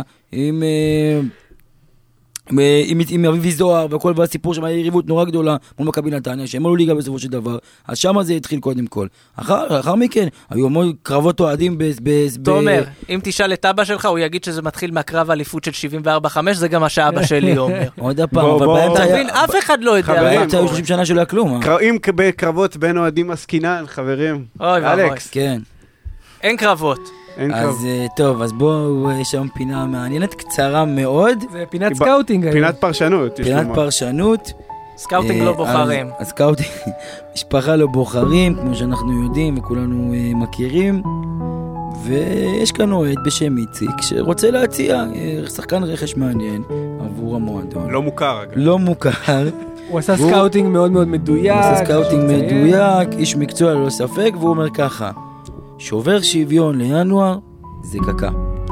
עם אביבי זוהר והכל, והסיפור שם היה יריבות נורא גדולה מול מכבי נתניה, שהם עלו ליגה בסופו של דבר, אז שם זה התחיל קודם כל. אחר מכן, היו המון קרבות אוהדים תומר, אם תשאל את אבא שלך, הוא יגיד שזה מתחיל מהקרב האליפות של 74-5, זה גם מה שאבא שלי אומר. עוד הפעם, אבל באמצע תבין, אף אחד לא יודע. באמצע היו 30 שנה שלא היה כלום. אם בקרבות בין אוהדים עסקינן, חברים. אלכס. כן. אין קרבות. אז טוב, אז בואו, יש שם פינה מעניינת, קצרה מאוד. זה פינת סקאוטינג. פינת פרשנות. פינת פרשנות. סקאוטינג לא בוחרים. אז סקאוטינג, משפחה לא בוחרים, כמו שאנחנו יודעים וכולנו מכירים. ויש כאן אוהד בשם איציק, שרוצה להציע שחקן רכש מעניין עבור המועדון. לא מוכר, אגב. לא מוכר. הוא עשה סקאוטינג מאוד מאוד מדויק. הוא עשה סקאוטינג מדויק, איש מקצוע ללא ספק, והוא אומר ככה, שובר שוויון לינואר, זה קקה.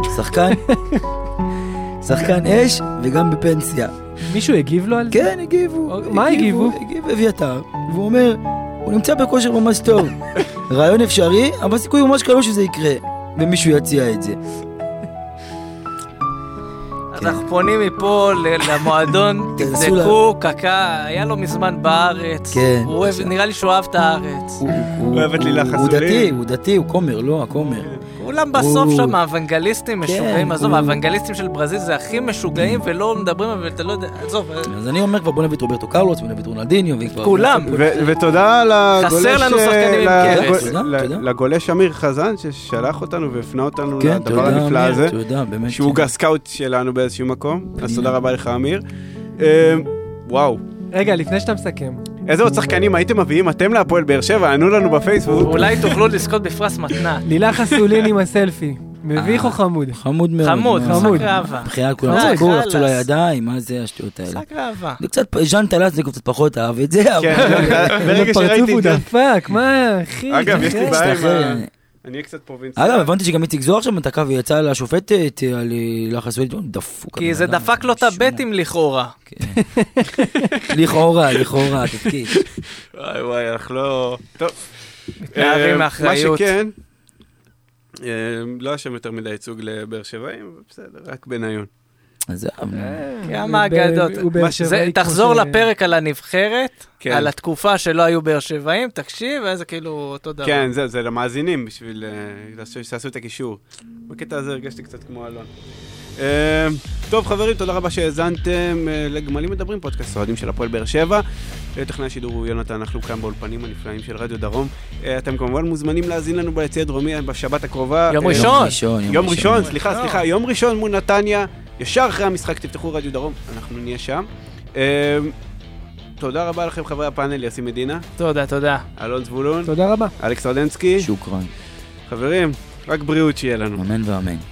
שחקן אש וגם בפנסיה. מישהו הגיב לו על זה? כן, הגיבו. מה הגיבו? הגיב אביתר, והוא אומר, הוא נמצא בכושר ממש טוב. רעיון אפשרי, אבל סיכוי ממש קלוש שזה יקרה, ומישהו יציע את זה. אז אנחנו פונים מפה למועדון, תבדקו, קקה, היה לו מזמן בארץ, נראה לי שהוא אוהב את הארץ. הוא אוהב את לילה חסולים. הוא דתי, הוא קומר, לא, הכומר. כולם בסוף שם, האוונגליסטים משוגעים, עזוב, האוונגליסטים של ברזיל זה הכי משוגעים ולא מדברים, אבל אתה לא יודע, עזוב. אז אני אומר כבר, בוא נביא את רוברטו קרלוס, בוא נביא את רונלדיניו, כולם. ותודה חסר לנו שחקנים עם קרס. לגולש אמיר חזן, ששלח אותנו והפנה אותנו לדבר הנפלא הזה, שהוא הסקאוט שלנו באיזשהו מקום, אז תודה רבה לך אמיר. וואו. רגע, לפני שאתה מסכם. איזה עוד שחקנים הייתם מביאים אתם להפועל באר שבע? ענו לנו בפייסבוק. אולי תוכלו לזכות בפרס מתנה. לילה חסולין עם הסלפי. מביך או חמוד? חמוד מאוד. חמוד, משחק ראווה. בחיית כולם צחקו, לחצו לידיים, מה זה השטויות האלה? משחק ראווה. קצת, ז'אן טלס זה קצת פחות אהב את זה, כן, ברגע שראיתי את זה. דפק, מה, אחי? אגב, יש לי בעיה עם אני אהיה קצת פרובינציאל. אגב, הבנתי שגם איציק זוהר שם תקע ויצא לשופטת על לחסולין, דפוק. כי זה דפק לו את הבטים לכאורה. לכאורה, תפקיד. וואי, אנחנו לא... טוב. מתנערים מאחריות. מה שכן, לא אשם יותר מדי ייצוג לבאר שבעים, בסדר, רק בניון. אז כמה אגדות. תחזור לפרק על הנבחרת, על התקופה שלא היו באר שבעים, תקשיב, וזה כאילו אותו דבר. כן, זה למאזינים, בשביל שתעשו את הקישור. בקטע הזה הרגשתי קצת כמו אלון. טוב חברים, תודה רבה שהאזנתם לגמלים מדברים, פודקאסט אוהדים של הפועל באר שבע. טכנאי השידור הוא יונתן, אנחנו כאן באולפנים הנפלאים של רדיו דרום. אתם כמובן מוזמנים להאזין לנו ביציע הדרומי בשבת הקרובה. יום ראשון, סליחה, יום ראשון מול נתניה, ישר אחרי המשחק תפתחו רדיו דרום, אנחנו נהיה שם. תודה רבה לכם חברי הפאנל, יאסי מדינה. תודה. אלון זבולון. תודה רבה. אלכס רדנסקי. שוקרן. חברים, רק בריאות שיהיה לנו. אמן ואמן.